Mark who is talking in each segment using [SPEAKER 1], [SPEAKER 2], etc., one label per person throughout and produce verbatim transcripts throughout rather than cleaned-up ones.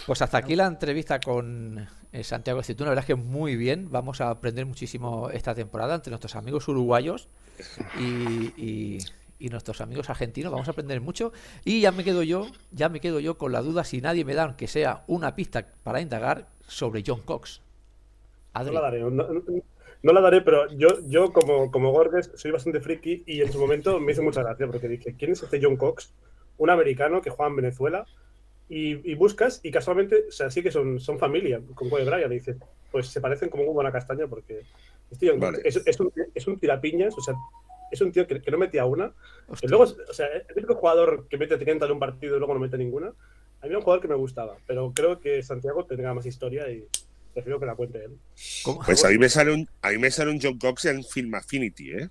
[SPEAKER 1] Pues hasta aquí la entrevista con eh, Santiago Aceituno. La verdad es que muy bien. Vamos a aprender muchísimo esta temporada entre nuestros amigos uruguayos y, y, y nuestros amigos argentinos. Vamos a aprender mucho. Y ya me quedo yo, ya me quedo yo con la duda si nadie me da, aunque sea una pista para indagar sobre John Cox.
[SPEAKER 2] Adri. No la daré, no, no, no la daré, pero yo, yo como, como Gorges soy bastante friki y en su momento me hizo mucha gracia porque dije, ¿quién es este John Cox? Un americano que juega en Venezuela. Y, y buscas, y casualmente, o sea, sí que son, son familia con Kobe Bryant. Y dices, pues se parecen como muy buena castaña, porque este John vale. es, es, un, es un tirapiñas, o sea, es un tío que, que no metía una. Que luego, o sea, el único jugador que mete treinta en un partido y luego no mete ninguna. A mí era un jugador que me gustaba, pero creo que Santiago tendrá más historia y prefiero que la cuente él.
[SPEAKER 3] ¿Cómo? Pues a mí me sale un, a mí me sale un John Cox en Film Affinity, ¿eh?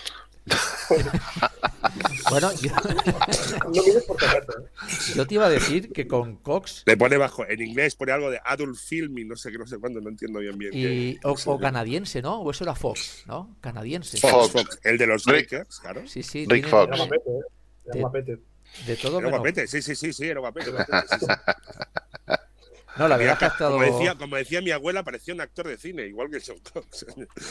[SPEAKER 1] Bueno, yo...
[SPEAKER 2] no mires por tocarte, ¿eh?
[SPEAKER 1] Yo te iba a decir que con Cox
[SPEAKER 3] le pone bajo, en inglés pone algo de adult filming, no sé qué, no sé cuándo, no entiendo bien bien.
[SPEAKER 1] Y,
[SPEAKER 3] que,
[SPEAKER 1] o,
[SPEAKER 3] no sé
[SPEAKER 1] o canadiense, ¿no? O eso era Fox, ¿no? Canadiense.
[SPEAKER 3] Fox, Fox, el de los Lakers, claro.
[SPEAKER 1] Sí, sí.
[SPEAKER 4] Rick Fox.
[SPEAKER 2] Era guapete, ¿eh? Era guapete.
[SPEAKER 1] De, de todo
[SPEAKER 3] era
[SPEAKER 1] menos...
[SPEAKER 3] guapete, sí, sí, sí, sí, era guapete. guapete sí, sí.
[SPEAKER 1] No, la verdad que ha estado...
[SPEAKER 3] como, decía, como decía mi abuela, parecía un actor de cine, igual que John Cox.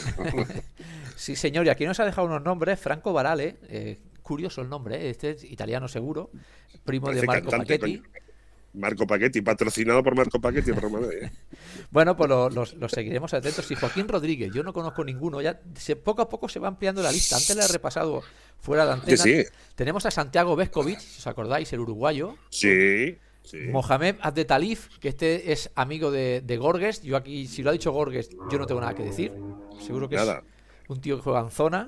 [SPEAKER 1] Sí, señor, y aquí nos ha dejado unos nombres. Franco Barale, eh, curioso el nombre, ¿eh? Este es italiano seguro, primo
[SPEAKER 3] Parece
[SPEAKER 1] de Marco
[SPEAKER 3] cantante,
[SPEAKER 1] Paquetti.
[SPEAKER 3] Coño. Marco Paquetti, patrocinado por Marco Paquetti. Por Madrid, ¿eh?
[SPEAKER 1] Bueno, pues lo, lo, lo seguiremos atentos. Y Joaquín Rodríguez, yo no conozco ninguno. Ya se, poco a poco se va ampliando la lista. Antes le he repasado fuera de antena.
[SPEAKER 3] Sí, sí.
[SPEAKER 1] Tenemos a Santiago Vescovic, si os acordáis, el uruguayo.
[SPEAKER 3] Sí. Sí.
[SPEAKER 1] Mohamed Abdetalif, que este es amigo de, de Gorges. Yo aquí, si lo ha dicho Gorges, yo no tengo nada que decir. Seguro que nada. Es un tío que juega en zona.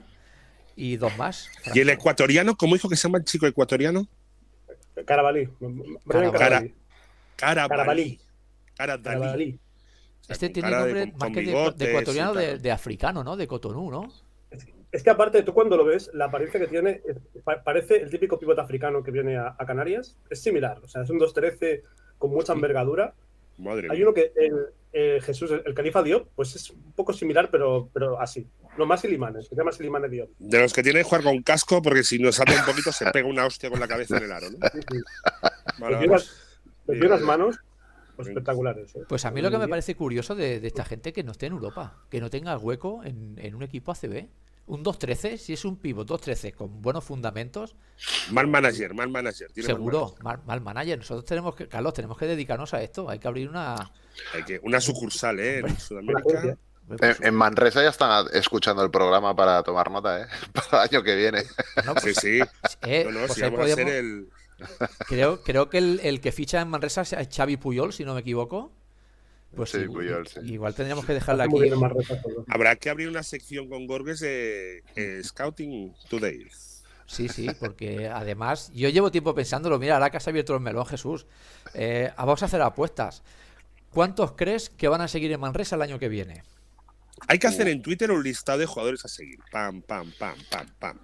[SPEAKER 1] Y dos más.
[SPEAKER 3] Franco. ¿Y el ecuatoriano? ¿Cómo dijo que se llama el chico ecuatoriano?
[SPEAKER 2] Carabalí.
[SPEAKER 3] Carabalí.
[SPEAKER 2] Carabalí.
[SPEAKER 3] Carabalí.
[SPEAKER 1] Este tiene nombre de, más que de, de ecuatoriano, de, de africano, ¿no? De Cotonú, ¿no?
[SPEAKER 2] Es que, es que aparte, tú cuando lo ves, la apariencia que tiene es, parece el típico pivote africano que viene a, a Canarias. Es similar, o sea, es un dos trece con mucha sí. envergadura.
[SPEAKER 3] Madre
[SPEAKER 2] Hay
[SPEAKER 3] mía.
[SPEAKER 2] uno que el, el Jesús, el, el Califa Diop, pues es un poco similar, pero, pero así. No más Ilimanes, se llama Ilimanes Diop.
[SPEAKER 3] De los que tienen que jugar con casco, porque si nos salta un poquito se pega una hostia con la cabeza en el aro, ¿no?
[SPEAKER 2] Sí, sí. Vale, vale. Unas, sí, unas manos pues, espectaculares. ¿eh?
[SPEAKER 1] Pues a mí lo que me parece curioso de, de esta gente es que no esté en Europa, que no tenga hueco en, en un equipo A C B. Un dos trece, si es un pivot dos trece con buenos fundamentos.
[SPEAKER 3] Mal manager, mal manager.
[SPEAKER 1] Seguro, mal manager. mal manager. Nosotros tenemos que, Carlos, tenemos que dedicarnos a esto. Hay que abrir una.
[SPEAKER 3] Hay que, una sucursal, ¿eh? En Sudamérica.
[SPEAKER 4] En, en Manresa ya están escuchando el programa para tomar nota, ¿eh? Para el año que viene.
[SPEAKER 1] No, pues,
[SPEAKER 3] sí, sí.
[SPEAKER 1] Eh,
[SPEAKER 3] no, no,
[SPEAKER 1] pues
[SPEAKER 3] si vamos podemos... a ser el.
[SPEAKER 1] Creo, creo que el, el que ficha en Manresa es Xavi Puyol, si no me equivoco. Pues
[SPEAKER 4] sí,
[SPEAKER 1] igual,
[SPEAKER 4] Puyol, sí.
[SPEAKER 1] igual tendríamos que dejarla aquí.
[SPEAKER 3] Habrá que abrir una sección con Gorges de eh, Scouting Today.
[SPEAKER 1] Sí, sí, porque además yo llevo tiempo pensándolo. Mira, ahora que has abierto el melón, Jesús. Eh, vamos a hacer apuestas. ¿Cuántos crees que van a seguir en Manresa el año que viene?
[SPEAKER 3] Hay que hacer en Twitter un listado de jugadores a seguir. Pam, pam, pam, pam, pam.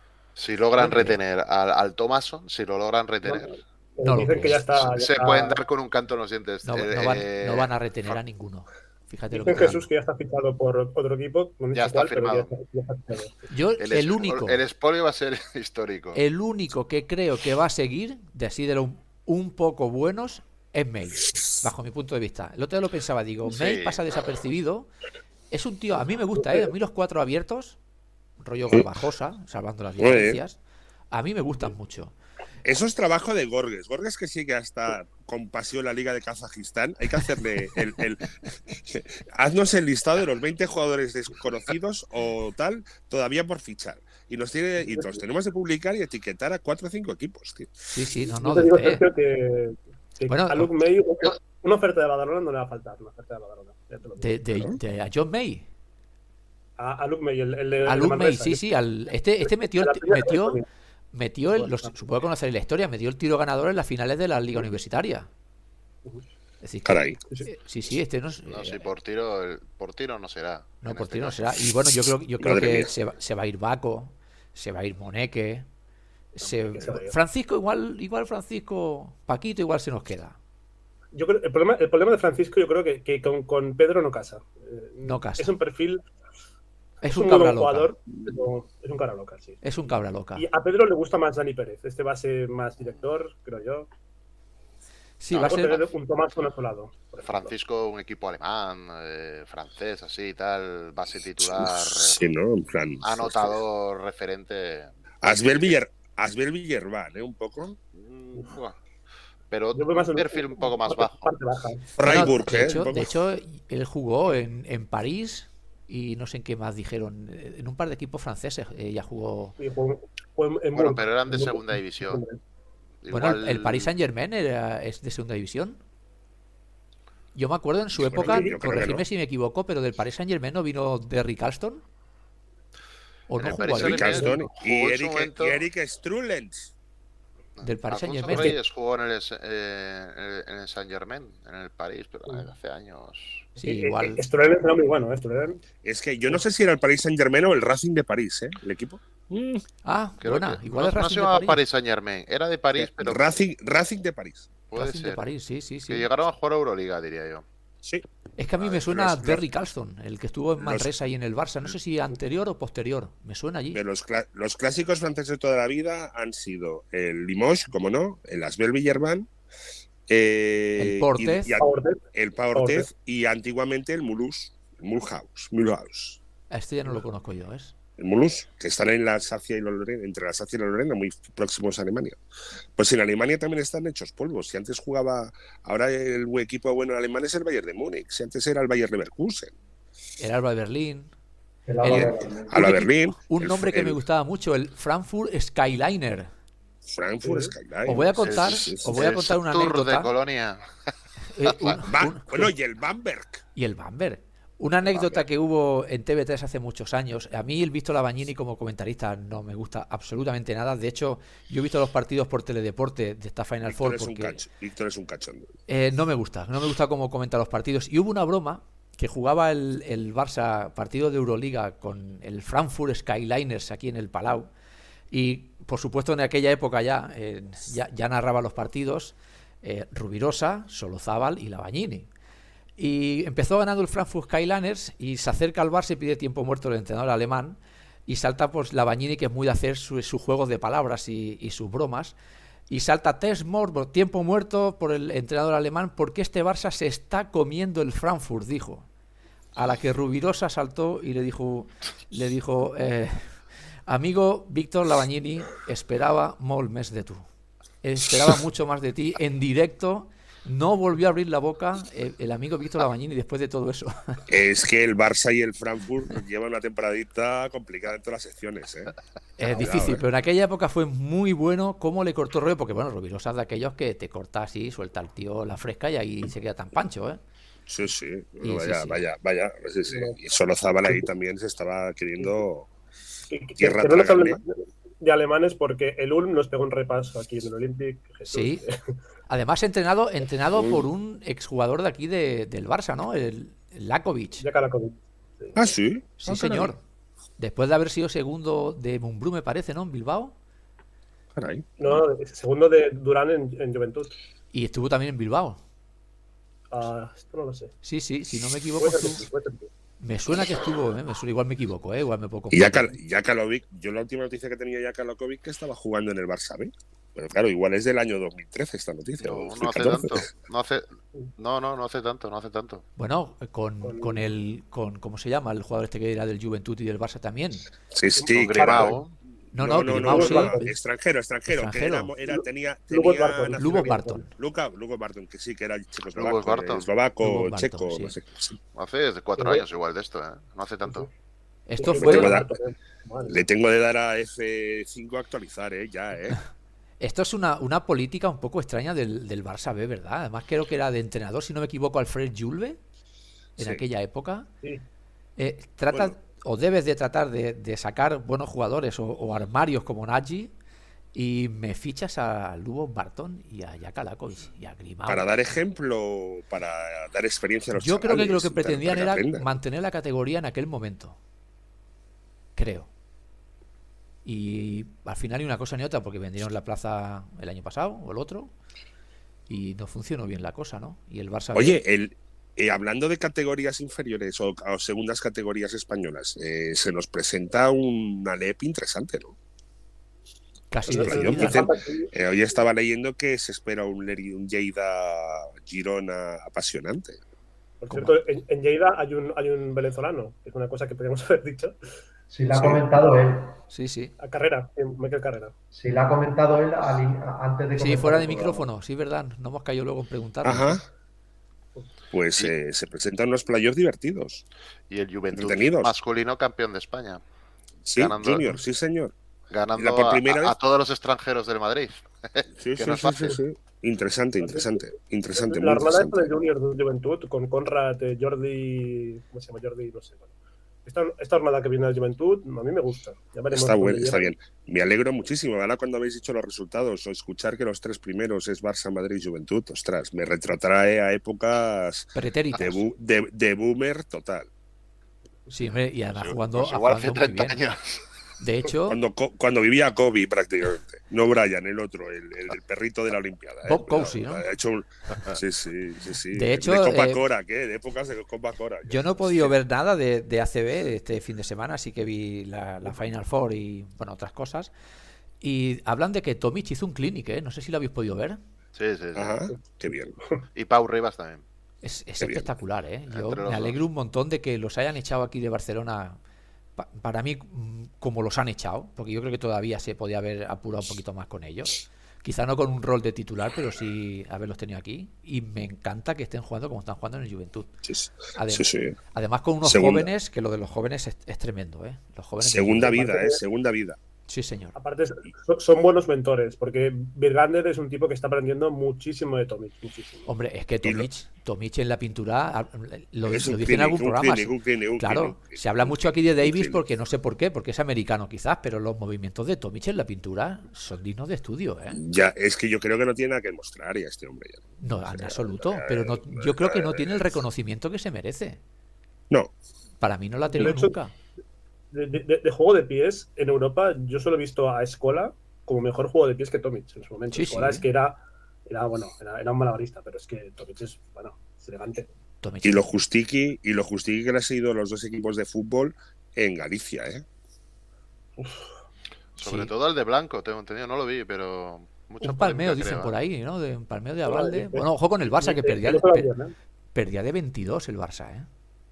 [SPEAKER 4] Si logran retener al, al Thomason, si lo logran retener.
[SPEAKER 2] No, no dicen que ya está, ya
[SPEAKER 4] se
[SPEAKER 2] está...
[SPEAKER 4] pueden dar con un canto en los dientes.
[SPEAKER 1] No,
[SPEAKER 4] eh,
[SPEAKER 1] no, van,
[SPEAKER 4] eh...
[SPEAKER 1] no van a retener a ninguno. Fíjate
[SPEAKER 2] dicen
[SPEAKER 1] lo que
[SPEAKER 2] Jesús que ya está fichado por otro equipo. No
[SPEAKER 4] ya está
[SPEAKER 2] cuál,
[SPEAKER 4] firmado.
[SPEAKER 2] Ya está, ya está fichado.
[SPEAKER 1] Yo,
[SPEAKER 4] el,
[SPEAKER 1] el único.
[SPEAKER 4] El expolio va a ser histórico.
[SPEAKER 1] El único que creo que va a seguir, de así de lo un poco buenos, es May, bajo mi punto de vista. El otro día lo pensaba, digo, sí. May pasa desapercibido. Es un tío, a mí me gusta, ¿eh? A mí los cuatro abiertos, rollo Garbajosa, salvando las diferencias, a mí me gustan mucho.
[SPEAKER 3] Eso es trabajo de Gorges. Gorges que sigue hasta con pasión la Liga de Kazajistán. Hay que hacerle el, el... Haznos el listado de los veinte jugadores desconocidos o tal todavía por fichar. Y nos tiene y los tenemos que publicar y etiquetar a cuatro o cinco equipos, tío.
[SPEAKER 1] Sí, sí, no, no.
[SPEAKER 2] Yo te digo,
[SPEAKER 1] de...
[SPEAKER 2] Sergio, que, que
[SPEAKER 1] bueno,
[SPEAKER 2] a Luke May una oferta de Badalona no le va a faltar. Una oferta de Badalona.
[SPEAKER 1] De, de,
[SPEAKER 2] ¿no?
[SPEAKER 1] de, a John May.
[SPEAKER 2] A, a Luke May, el, el de.
[SPEAKER 1] A
[SPEAKER 2] el
[SPEAKER 1] Luke
[SPEAKER 2] de
[SPEAKER 1] May, sí, sí. Al, este, este metió, el, metió, metió el, los, supongo conocer la historia, metió el tiro ganador en las finales de la Liga Universitaria.
[SPEAKER 3] Es decir, caray.
[SPEAKER 1] Que, sí, sí, este no.
[SPEAKER 4] No, si por tiro, por tiro no será.
[SPEAKER 1] No, por tiro este no será. Y bueno, yo creo, yo creo que se va, se va a ir Baco, se va a ir Moneque. Se, Francisco, igual, igual Francisco, Paquito, igual se nos queda.
[SPEAKER 2] Yo creo, el problema, el problema de Francisco, yo creo que, que con, con Pedro no casa.
[SPEAKER 1] No casa.
[SPEAKER 2] Es un perfil.
[SPEAKER 1] Es,
[SPEAKER 2] es
[SPEAKER 1] un,
[SPEAKER 2] un
[SPEAKER 1] cabra
[SPEAKER 2] loca. Jugador, pero es un cabra loca, sí.
[SPEAKER 1] Es un cabra loca.
[SPEAKER 2] Y a Pedro le gusta más Dani Pérez. Este va a ser más director, creo yo.
[SPEAKER 1] Sí,
[SPEAKER 2] a
[SPEAKER 1] va a
[SPEAKER 2] lo
[SPEAKER 1] ser.
[SPEAKER 2] mejor tener un Tomás con otro lado. por ejemplo.
[SPEAKER 4] Francisco, un equipo alemán, eh, francés, así y tal, base titular,
[SPEAKER 3] Sí, ¿no? En plan.
[SPEAKER 4] anotador, referente.
[SPEAKER 3] Asbel Villar, Asbel Villerban, ¿eh? Un poco.
[SPEAKER 4] Mm, buah. Pero
[SPEAKER 2] Yo veo más
[SPEAKER 4] un
[SPEAKER 2] en-
[SPEAKER 4] perfil un poco más
[SPEAKER 2] parte-
[SPEAKER 4] bajo.
[SPEAKER 2] parte baja.
[SPEAKER 1] Bueno,
[SPEAKER 3] Freiburg,
[SPEAKER 1] de,
[SPEAKER 3] ¿eh?
[SPEAKER 1] hecho,
[SPEAKER 3] Un poco.
[SPEAKER 1] de hecho, él jugó en, en París y no sé en qué más dijeron. En un par de equipos franceses eh, ya jugó.
[SPEAKER 2] Y fue- fue en
[SPEAKER 4] Bueno,
[SPEAKER 2] Burgos,
[SPEAKER 4] pero eran de
[SPEAKER 2] en Burgos.
[SPEAKER 4] segunda división.
[SPEAKER 1] Bueno, el,
[SPEAKER 4] Igual-
[SPEAKER 1] el Paris Saint Germain era, es de segunda división. Yo me acuerdo en su
[SPEAKER 3] Yo creo
[SPEAKER 1] época,
[SPEAKER 3] que- yo creo que
[SPEAKER 1] corregidme
[SPEAKER 3] no.
[SPEAKER 1] si me equivoco, pero del Paris Saint Germain no vino Derrick Alston. ¿O
[SPEAKER 4] En
[SPEAKER 1] no
[SPEAKER 4] el
[SPEAKER 1] jugó
[SPEAKER 4] Paris
[SPEAKER 1] allí?
[SPEAKER 3] Rick
[SPEAKER 4] Saint-Germain
[SPEAKER 3] Aston
[SPEAKER 4] jugó
[SPEAKER 3] y
[SPEAKER 4] en su
[SPEAKER 3] Eric,
[SPEAKER 4] momento-
[SPEAKER 3] y Eric Strullens.
[SPEAKER 1] Del Paris
[SPEAKER 4] Alfonso
[SPEAKER 1] Saint-Germain.
[SPEAKER 4] Reyes jugó en el, eh, en el Saint Germain, en el París, pero
[SPEAKER 2] Mm.
[SPEAKER 4] hace años.
[SPEAKER 1] Sí,
[SPEAKER 2] Eh, eh,
[SPEAKER 1] igual.
[SPEAKER 2] Sturellen era muy bueno, ¿eh? Sturellen.
[SPEAKER 3] Es que yo no sé si era el Paris Saint Germain o el Racing de París, ¿eh? El equipo. Mm.
[SPEAKER 1] Ah,
[SPEAKER 4] Creo
[SPEAKER 1] buena.
[SPEAKER 4] que-
[SPEAKER 1] Igual
[SPEAKER 4] no,
[SPEAKER 1] es
[SPEAKER 4] no
[SPEAKER 1] Racing
[SPEAKER 4] se
[SPEAKER 1] de
[SPEAKER 4] llamaba
[SPEAKER 1] París.
[SPEAKER 4] Paris Saint Germain, era de París, pero
[SPEAKER 3] Racing, Racing de París.
[SPEAKER 4] puede
[SPEAKER 1] Racing de
[SPEAKER 4] ser.
[SPEAKER 1] París, sí, sí, sí.
[SPEAKER 4] Que llegaron a jugar a Euroliga, diría yo.
[SPEAKER 3] Sí.
[SPEAKER 1] Es que a mí
[SPEAKER 4] Ah,
[SPEAKER 1] me
[SPEAKER 3] pero
[SPEAKER 1] suena
[SPEAKER 3] los- los-
[SPEAKER 1] Derrick Alston, el que estuvo en
[SPEAKER 3] los-
[SPEAKER 1] Manresa y en el Barça. No sé si anterior o posterior. Me suena allí.
[SPEAKER 3] De los, cla- los clásicos franceses de toda la vida han sido el Limoges, como no, el Asbel Villerban, eh,
[SPEAKER 1] El Portez.
[SPEAKER 3] y- y a-
[SPEAKER 2] Portez.
[SPEAKER 3] el Portez y antiguamente el Mulhouse, el Mulhouse, Mulhouse.
[SPEAKER 1] A este ya no lo conozco yo, ¿ves?
[SPEAKER 3] El Mulhouse, que están en la Alsacia y la Lorena, entre la Alsacia y la Lorena, muy próximos a Alemania. Pues en Alemania también están hechos polvos. Si antes jugaba, ahora el equipo bueno en alemán es el Bayern de Múnich, si antes era el Bayern Leverkusen,
[SPEAKER 1] El Alba de Berlín.
[SPEAKER 2] El
[SPEAKER 1] El-
[SPEAKER 2] Álvaro.
[SPEAKER 3] Alba
[SPEAKER 1] Un
[SPEAKER 3] Berlín,
[SPEAKER 1] equipo- Un
[SPEAKER 3] el-
[SPEAKER 1] nombre que
[SPEAKER 3] el
[SPEAKER 1] me gustaba mucho, el Frankfurt Skyliner.
[SPEAKER 3] Frankfurt
[SPEAKER 2] Sí.
[SPEAKER 3] Skyline.
[SPEAKER 1] Os voy a contar,
[SPEAKER 3] Sí, sí, sí,
[SPEAKER 1] os voy a
[SPEAKER 4] El
[SPEAKER 1] contar una
[SPEAKER 4] Tour
[SPEAKER 1] anécdota.
[SPEAKER 4] de Colonia.
[SPEAKER 1] Eh, un-
[SPEAKER 3] Va-
[SPEAKER 1] un-
[SPEAKER 3] bueno, y el Bamberg.
[SPEAKER 1] y el Bamberg. Una anécdota que hubo en T V tres hace muchos años. A mí el Víctor Labagnini como comentarista no me gusta absolutamente nada. De hecho, yo he visto los partidos por Teledeporte de esta Final
[SPEAKER 3] Víctor
[SPEAKER 1] Four
[SPEAKER 3] es, un
[SPEAKER 1] porque
[SPEAKER 3] cacho, Víctor es un cachondo.
[SPEAKER 1] eh, no me gusta. No me gusta cómo comenta los partidos. Y hubo una broma que jugaba el, el Barça partido de Euroliga con el Frankfurt Skyliners aquí en el Palau. Y por supuesto en aquella época ya, eh, ya, ya narraba los partidos eh, Rubirosa, Solozábal y Labagnini. Y empezó ganando el Frankfurt Skyliners y se acerca al Barça y pide tiempo muerto el entrenador alemán y salta pues Labagnini, que es muy de hacer sus su juegos de palabras y, y sus bromas, y salta test more, tiempo muerto por el entrenador alemán porque este Barça se está comiendo el Frankfurt, dijo. A la que Rubirosa saltó y le dijo, le dijo eh, amigo Víctor Labagnini, esperaba molt més de tu. Esperaba mucho más de ti en directo. No volvió a abrir la boca el, el amigo Víctor Labagnini después de todo eso.
[SPEAKER 3] Es que el Barça y el Frankfurt llevan una temporadita complicada en todas las secciones, ¿eh?
[SPEAKER 1] Es
[SPEAKER 3] Cuidado,
[SPEAKER 1] difícil,
[SPEAKER 3] ¿eh?
[SPEAKER 1] pero en aquella época fue muy bueno cómo le cortó el rollo, porque bueno, Rubirosa es de aquellos que te corta así, suelta al tío la fresca y ahí se queda tan pancho, ¿eh?
[SPEAKER 3] Sí, sí.
[SPEAKER 1] Y
[SPEAKER 3] vaya,
[SPEAKER 1] sí, sí.
[SPEAKER 3] vaya, vaya. Sí, sí. Y solo Zabal ahí también se estaba queriendo
[SPEAKER 2] Que, que-
[SPEAKER 3] tierra
[SPEAKER 2] que no nos
[SPEAKER 3] tragable.
[SPEAKER 2] hablen de alemanes porque el Ulm nos pegó un repaso aquí en el Olympic. Jesús.
[SPEAKER 1] Sí. Además, entrenado, entrenado
[SPEAKER 3] Uy.
[SPEAKER 1] por un exjugador de aquí de, del Barça, ¿no? El, el Lakovic.
[SPEAKER 2] Ya Karakovic.
[SPEAKER 3] Ah, sí.
[SPEAKER 1] Sí,
[SPEAKER 3] Ah,
[SPEAKER 1] señor. Después de haber sido segundo de Mumbrú, me parece, ¿no? En Bilbao.
[SPEAKER 3] Caray.
[SPEAKER 2] No, segundo de Durán en, en Juventud.
[SPEAKER 1] Y estuvo también en Bilbao.
[SPEAKER 2] Ah, esto no lo sé.
[SPEAKER 1] Sí, sí, si no me equivoco,
[SPEAKER 2] Puede ser que
[SPEAKER 1] estuvo-
[SPEAKER 2] sí, puede ser que sí.
[SPEAKER 1] me suena que estuvo, ¿eh? Me suena, igual me equivoco, ¿eh? Igual me puedo
[SPEAKER 3] Y ya,
[SPEAKER 1] confundir.
[SPEAKER 3] Kal- ya Kalovic, yo la última noticia que tenía ya Kalovic que estaba jugando en el Barça B. Pero claro, igual es del año dos mil trece esta noticia. o
[SPEAKER 4] No, no hace
[SPEAKER 3] dos mil
[SPEAKER 4] tanto.
[SPEAKER 3] catorce.
[SPEAKER 4] No hace, no, no, no hace tanto, no hace tanto.
[SPEAKER 1] Bueno, con,
[SPEAKER 2] Con-
[SPEAKER 1] con el. Con, ¿cómo se llama? El jugador este que era del Juventud y del Barça también.
[SPEAKER 3] Sí, sí,
[SPEAKER 4] Con
[SPEAKER 3] claro.
[SPEAKER 4] Grimao.
[SPEAKER 1] No,
[SPEAKER 3] No,
[SPEAKER 1] no,
[SPEAKER 3] no,
[SPEAKER 1] Grimao
[SPEAKER 3] no,
[SPEAKER 1] sí.
[SPEAKER 3] no, extranjero, extranjero,
[SPEAKER 1] Extranjero.
[SPEAKER 3] que era, era- tenía,
[SPEAKER 2] Lubos
[SPEAKER 3] tenía
[SPEAKER 2] Barton.
[SPEAKER 3] nacionalidad-
[SPEAKER 1] Lubos Barton.
[SPEAKER 3] Luca, Lugo Barton, que sí, que era
[SPEAKER 4] Lubos
[SPEAKER 3] checoslovaco,
[SPEAKER 4] Barton.
[SPEAKER 3] eslovaco,
[SPEAKER 1] Lubos Barton,
[SPEAKER 3] checo,
[SPEAKER 1] sí.
[SPEAKER 3] no sé. Sí.
[SPEAKER 4] Hace cuatro
[SPEAKER 2] Sí.
[SPEAKER 4] años igual de esto, ¿eh? No hace tanto.
[SPEAKER 1] Esto
[SPEAKER 2] Sí,
[SPEAKER 1] fue.
[SPEAKER 3] Tengo
[SPEAKER 2] sí,
[SPEAKER 3] da-
[SPEAKER 2] sí, madre.
[SPEAKER 3] Le tengo de dar a F cinco a actualizar, ¿eh? Ya, ¿eh?
[SPEAKER 1] Esto es una, una política un poco extraña del, del Barça B, ¿verdad? Además, creo que era de entrenador, si no me equivoco, Alfred Julve, en
[SPEAKER 3] Sí.
[SPEAKER 1] aquella época.
[SPEAKER 2] Sí.
[SPEAKER 1] Eh, trata,
[SPEAKER 3] Bueno.
[SPEAKER 1] o debes de tratar de, de sacar buenos jugadores o, o armarios como Nagy y me fichas a Lubos Barton y a Jaka Lakovic y a Grimao.
[SPEAKER 3] Para dar ejemplo, para dar experiencia a los
[SPEAKER 1] Yo creo que
[SPEAKER 3] chavales,
[SPEAKER 1] lo que
[SPEAKER 3] y tal,
[SPEAKER 1] pretendían
[SPEAKER 3] para que
[SPEAKER 1] era
[SPEAKER 3] aprendan.
[SPEAKER 1] mantener la categoría en aquel momento. Creo. Y al final ni una cosa ni otra, porque vendieron la plaza el año pasado o el otro y no funcionó bien la cosa, ¿no? Y el Barça B-
[SPEAKER 3] Oye, el, eh, hablando de categorías inferiores o, o segundas categorías españolas, eh, se nos presenta una L E P interesante, ¿no?
[SPEAKER 1] Casi
[SPEAKER 3] Los playoffs,
[SPEAKER 1] decidida.
[SPEAKER 3] dicen, eh, hoy estaba leyendo que se espera un, Leri- un Lleida Girona apasionante.
[SPEAKER 2] Por
[SPEAKER 1] ¿Cómo?
[SPEAKER 2] cierto, en, en Lleida hay un, hay un venezolano, que es una cosa que podríamos haber dicho.
[SPEAKER 5] Sí, la ha
[SPEAKER 3] Sí.
[SPEAKER 5] comentado él.
[SPEAKER 1] Sí, sí.
[SPEAKER 2] A Carrera, en Michael Carrera.
[SPEAKER 5] Sí, la ha comentado él al in- a- antes de
[SPEAKER 1] Sí,
[SPEAKER 5] comenzar
[SPEAKER 1] fuera
[SPEAKER 5] el
[SPEAKER 1] de
[SPEAKER 5] programa.
[SPEAKER 1] micrófono, sí, verdad. No hemos caído luego en preguntarle.
[SPEAKER 3] Ajá. Pues
[SPEAKER 4] Sí.
[SPEAKER 3] eh, se presentan unos playoffs divertidos.
[SPEAKER 4] Y el Juventud
[SPEAKER 3] Entretenidos.
[SPEAKER 4] masculino campeón de España.
[SPEAKER 3] Sí,
[SPEAKER 4] Ganando-
[SPEAKER 3] Junior, sí, señor.
[SPEAKER 4] Ganando
[SPEAKER 3] La por
[SPEAKER 4] a-
[SPEAKER 3] primera
[SPEAKER 4] a,
[SPEAKER 3] vez.
[SPEAKER 4] a todos los extranjeros del Madrid.
[SPEAKER 3] Sí,
[SPEAKER 4] Que
[SPEAKER 3] sí,
[SPEAKER 4] no es
[SPEAKER 3] sí, sí,
[SPEAKER 4] fácil.
[SPEAKER 3] sí. Interesante, interesante. Interesante, muy
[SPEAKER 2] La hermana esta
[SPEAKER 3] interesante.
[SPEAKER 2] de Junior de Juventud, con Conrad, eh, Jordi. ¿Cómo se llama? Jordi, no sé. Bueno. Esta, esta armada que viene de Juventud, a mí me gusta. Ya veremos
[SPEAKER 3] Está
[SPEAKER 2] dónde
[SPEAKER 3] bueno, está
[SPEAKER 2] llega.
[SPEAKER 3] bien. Me alegro muchísimo. Ahora cuando habéis dicho los resultados o escuchar que los tres primeros es Barça, Madrid y Juventud, ostras, me retrotrae a épocas
[SPEAKER 1] Pretéritas.
[SPEAKER 3] de, bu- de, de boomer total.
[SPEAKER 1] Sí, hombre, y además
[SPEAKER 4] Pues
[SPEAKER 1] jugando,
[SPEAKER 4] igual hace
[SPEAKER 1] jugando muy
[SPEAKER 4] treinta
[SPEAKER 1] bien.
[SPEAKER 4] años.
[SPEAKER 1] De hecho,
[SPEAKER 3] Cuando, co- cuando vivía Kobe prácticamente. No Brian, el otro, el, el, el perrito de la Olimpiada. ¿eh?
[SPEAKER 1] Bob
[SPEAKER 3] Cuidado,
[SPEAKER 1] Cousy, ¿no?
[SPEAKER 3] ha hecho un- Sí, sí, sí, sí.
[SPEAKER 1] De hecho,
[SPEAKER 3] de Copa
[SPEAKER 1] eh,
[SPEAKER 3] Cora, ¿qué? De épocas de Copa Cora.
[SPEAKER 1] yo no he podido ver nada de, de A C B este fin de semana, así que vi la, la Final Four y bueno, otras cosas. Y hablan de que Tomic hizo un clinic, ¿eh? No sé si lo habéis podido ver.
[SPEAKER 4] Sí, sí, sí.
[SPEAKER 3] Ajá, qué bien.
[SPEAKER 4] Y Pau Rivas también.
[SPEAKER 1] Es, es
[SPEAKER 3] Qué bien.
[SPEAKER 1] espectacular, ¿eh? Yo
[SPEAKER 4] Entre los
[SPEAKER 1] me alegro
[SPEAKER 4] dos.
[SPEAKER 1] un montón de que los hayan echado aquí de Barcelona. Pa- para mí, mm, como los han echado, porque yo creo que todavía se podía haber apurado un poquito más con ellos. Quizá no con un rol de titular, pero sí haberlos tenido aquí. Y me encanta que estén jugando como están jugando en el Juventud.
[SPEAKER 3] Sí, sí.
[SPEAKER 1] Adem-
[SPEAKER 3] Sí, sí.
[SPEAKER 1] Además, con unos
[SPEAKER 3] Segunda.
[SPEAKER 1] jóvenes, que lo de los jóvenes es, es tremendo, ¿eh? Los jóvenes de
[SPEAKER 3] Segunda
[SPEAKER 1] Juventud.
[SPEAKER 3] vida, ¿eh? Segunda vida.
[SPEAKER 1] Sí, señor.
[SPEAKER 2] Aparte, son, son buenos mentores, porque Virgander es un tipo que está aprendiendo muchísimo de Tomic. Muchísimo.
[SPEAKER 1] Hombre, es que
[SPEAKER 3] Y lo-
[SPEAKER 1] Tomic, Tomic en la pintura, a- lo,
[SPEAKER 3] Es
[SPEAKER 1] lo
[SPEAKER 3] un
[SPEAKER 1] dice en algún
[SPEAKER 3] clinic, un
[SPEAKER 1] programa.
[SPEAKER 3] clinic, un clinic, un
[SPEAKER 1] Claro,
[SPEAKER 3] clinic, un clinic,
[SPEAKER 1] se habla
[SPEAKER 3] un
[SPEAKER 1] mucho aquí
[SPEAKER 3] clinic,
[SPEAKER 1] de
[SPEAKER 3] un
[SPEAKER 1] Davis
[SPEAKER 3] clinic.
[SPEAKER 1] porque no sé por qué, porque es americano quizás, pero los movimientos de Tomic en la pintura son dignos de estudio, ¿eh?
[SPEAKER 3] Ya, es que yo creo que no tiene nada que mostrar ya este hombre. Ya.
[SPEAKER 1] No, en absoluto, pero no, yo creo que no tiene el reconocimiento que se merece.
[SPEAKER 3] No,
[SPEAKER 1] Para mí no lo ha tenido
[SPEAKER 2] De hecho,
[SPEAKER 1] nunca.
[SPEAKER 2] De, de- de juego de pies, en Europa, yo solo he visto a Escola como mejor juego de pies que Tomic en su momento.
[SPEAKER 1] Sí,
[SPEAKER 2] Escola
[SPEAKER 1] sí.
[SPEAKER 2] es que era, era bueno, era, era un malabarista, pero es que Tomic es, bueno, es elegante.
[SPEAKER 1] Tomic
[SPEAKER 3] y
[SPEAKER 1] es-
[SPEAKER 3] lo justiqui, y lo justiqui que le ha seguido los dos equipos de fútbol en Galicia, ¿eh?
[SPEAKER 4] Sobre
[SPEAKER 1] Sí.
[SPEAKER 4] todo el de blanco, tengo entendido. No lo vi, pero... Mucha
[SPEAKER 1] Un palmeo,
[SPEAKER 4] polémica,
[SPEAKER 1] dicen
[SPEAKER 4] creo,
[SPEAKER 1] por
[SPEAKER 4] ¿eh?
[SPEAKER 1] ahí, ¿no? De un palmeo de
[SPEAKER 2] Bueno,
[SPEAKER 1] Abalde.
[SPEAKER 2] eh,
[SPEAKER 1] Bueno, ojo con el Barça, que
[SPEAKER 2] Eh,
[SPEAKER 1] perdía,
[SPEAKER 2] no juega
[SPEAKER 1] per-
[SPEAKER 2] bien, ¿eh?
[SPEAKER 1] perdía de veintidós el Barça, ¿eh?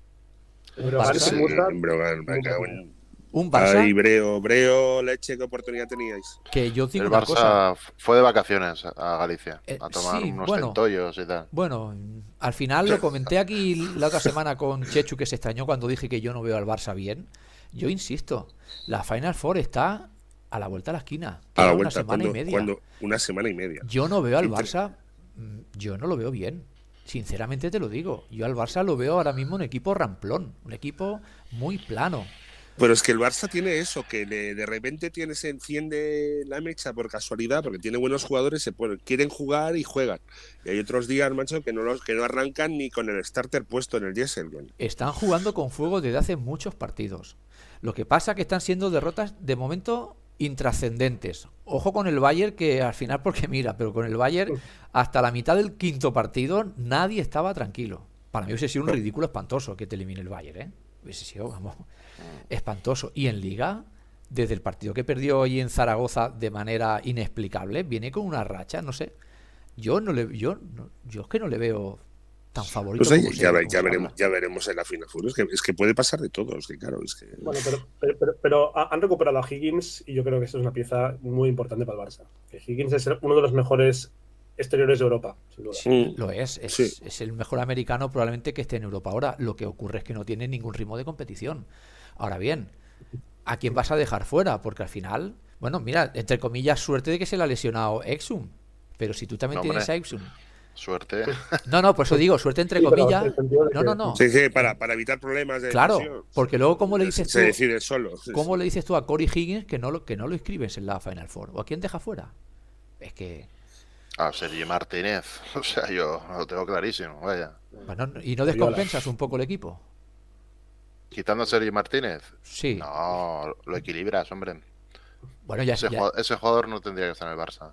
[SPEAKER 2] Pero
[SPEAKER 1] Barça,
[SPEAKER 2] Gales
[SPEAKER 3] Sí,
[SPEAKER 2] y Murcia,
[SPEAKER 3] en Brogan, me
[SPEAKER 2] muy
[SPEAKER 3] cago
[SPEAKER 2] bueno.
[SPEAKER 3] en-
[SPEAKER 1] Un Barça
[SPEAKER 3] Ay, Breo, Breo, leche, qué oportunidad teníais.
[SPEAKER 1] que yo digo
[SPEAKER 4] El
[SPEAKER 1] una cosa.
[SPEAKER 4] Barça fue de vacaciones a Galicia
[SPEAKER 1] Eh,
[SPEAKER 4] a tomar
[SPEAKER 1] sí,
[SPEAKER 4] unos
[SPEAKER 1] bueno.
[SPEAKER 4] centollos y tal.
[SPEAKER 1] Bueno, al final lo comenté aquí la otra semana con Chechu, que se extrañó cuando dije que yo no veo al Barça bien. Yo insisto, la Final Four está a la vuelta de la esquina.
[SPEAKER 3] A la
[SPEAKER 1] Queda una
[SPEAKER 3] vuelta,
[SPEAKER 1] semana
[SPEAKER 3] cuando,
[SPEAKER 1] y media.
[SPEAKER 3] cuando- una semana y media.
[SPEAKER 1] Yo no veo al
[SPEAKER 3] Entre-
[SPEAKER 1] Barça, mm, yo no lo veo bien. Sinceramente te lo digo. Yo al Barça lo veo ahora mismo un equipo ramplón, un equipo muy plano.
[SPEAKER 3] Pero es que el Barça tiene eso, que le- de repente tiene, se enciende la mecha por casualidad, porque tiene buenos jugadores, se ponen- quieren jugar y juegan. Y hay otros días, macho, que no los que no arrancan ni con el starter puesto en el diésel. Bueno.
[SPEAKER 1] Están jugando con fuego desde hace muchos partidos. Lo que pasa que están siendo derrotas de momento intrascendentes. Ojo con el Bayern, que al final, porque mira, pero con el Bayern hasta la mitad del quinto partido nadie estaba tranquilo. Para mí hubiese sido un ridículo espantoso que te elimine el Bayern, ¿eh? Hubiese sido, vamos, espantoso. Y en Liga, desde el partido que perdió hoy en Zaragoza de manera inexplicable, viene con una racha, no sé. Yo no le, yo, no- yo es que no le veo tan favorito.
[SPEAKER 3] Pues oye,
[SPEAKER 1] como se-
[SPEAKER 3] ya, ve-
[SPEAKER 1] como
[SPEAKER 3] ya
[SPEAKER 1] se
[SPEAKER 3] veremos,
[SPEAKER 1] habla.
[SPEAKER 3] ya veremos en la Final Four. Es que, es que puede pasar de todo, es que claro, es que...
[SPEAKER 2] Bueno, pero, pero, pero- pero ha- han recuperado a Higgins y yo creo que eso es una pieza muy importante para el Barça. Que Higgins es uno de los mejores exteriores de Europa, sin duda.
[SPEAKER 3] Mm.
[SPEAKER 1] Lo es, es,
[SPEAKER 3] Sí.
[SPEAKER 1] es el mejor americano probablemente que esté en Europa ahora. Lo que ocurre es que no tiene ningún ritmo de competición. Ahora bien, ¿a quién vas a dejar fuera? Porque al final, bueno, mira, entre comillas, suerte de que se le ha lesionado Exum. Pero si tú también
[SPEAKER 4] No,
[SPEAKER 1] tienes
[SPEAKER 4] hombre.
[SPEAKER 1] a Exum.
[SPEAKER 4] Suerte.
[SPEAKER 1] No, no, por eso digo, suerte entre
[SPEAKER 2] Sí, pero
[SPEAKER 1] comillas.
[SPEAKER 2] en el sentido de
[SPEAKER 1] No,
[SPEAKER 2] que-
[SPEAKER 1] no, no.
[SPEAKER 3] Sí, sí, para, para evitar problemas de
[SPEAKER 1] Claro,
[SPEAKER 3] decisión.
[SPEAKER 1] porque luego, ¿cómo le
[SPEAKER 3] Se-
[SPEAKER 1] dices
[SPEAKER 3] se
[SPEAKER 1] tú?
[SPEAKER 3] decide solo. Sí,
[SPEAKER 1] ¿Cómo
[SPEAKER 3] sí.
[SPEAKER 1] le dices tú a Corey Higgins que no lo, que no lo inscribes en la Final Four? ¿O a quién deja fuera? Es que,
[SPEAKER 4] A Sergi Martínez. O sea, yo lo tengo clarísimo, vaya.
[SPEAKER 1] bueno, ¿y no descompensas un poco el equipo?
[SPEAKER 4] Quitando a Sergi Martínez.
[SPEAKER 1] Sí.
[SPEAKER 4] No, lo equilibras, hombre.
[SPEAKER 1] Bueno, ya,
[SPEAKER 4] Ese,
[SPEAKER 1] ya-
[SPEAKER 4] jugador, ese jugador no tendría que estar en el Barça.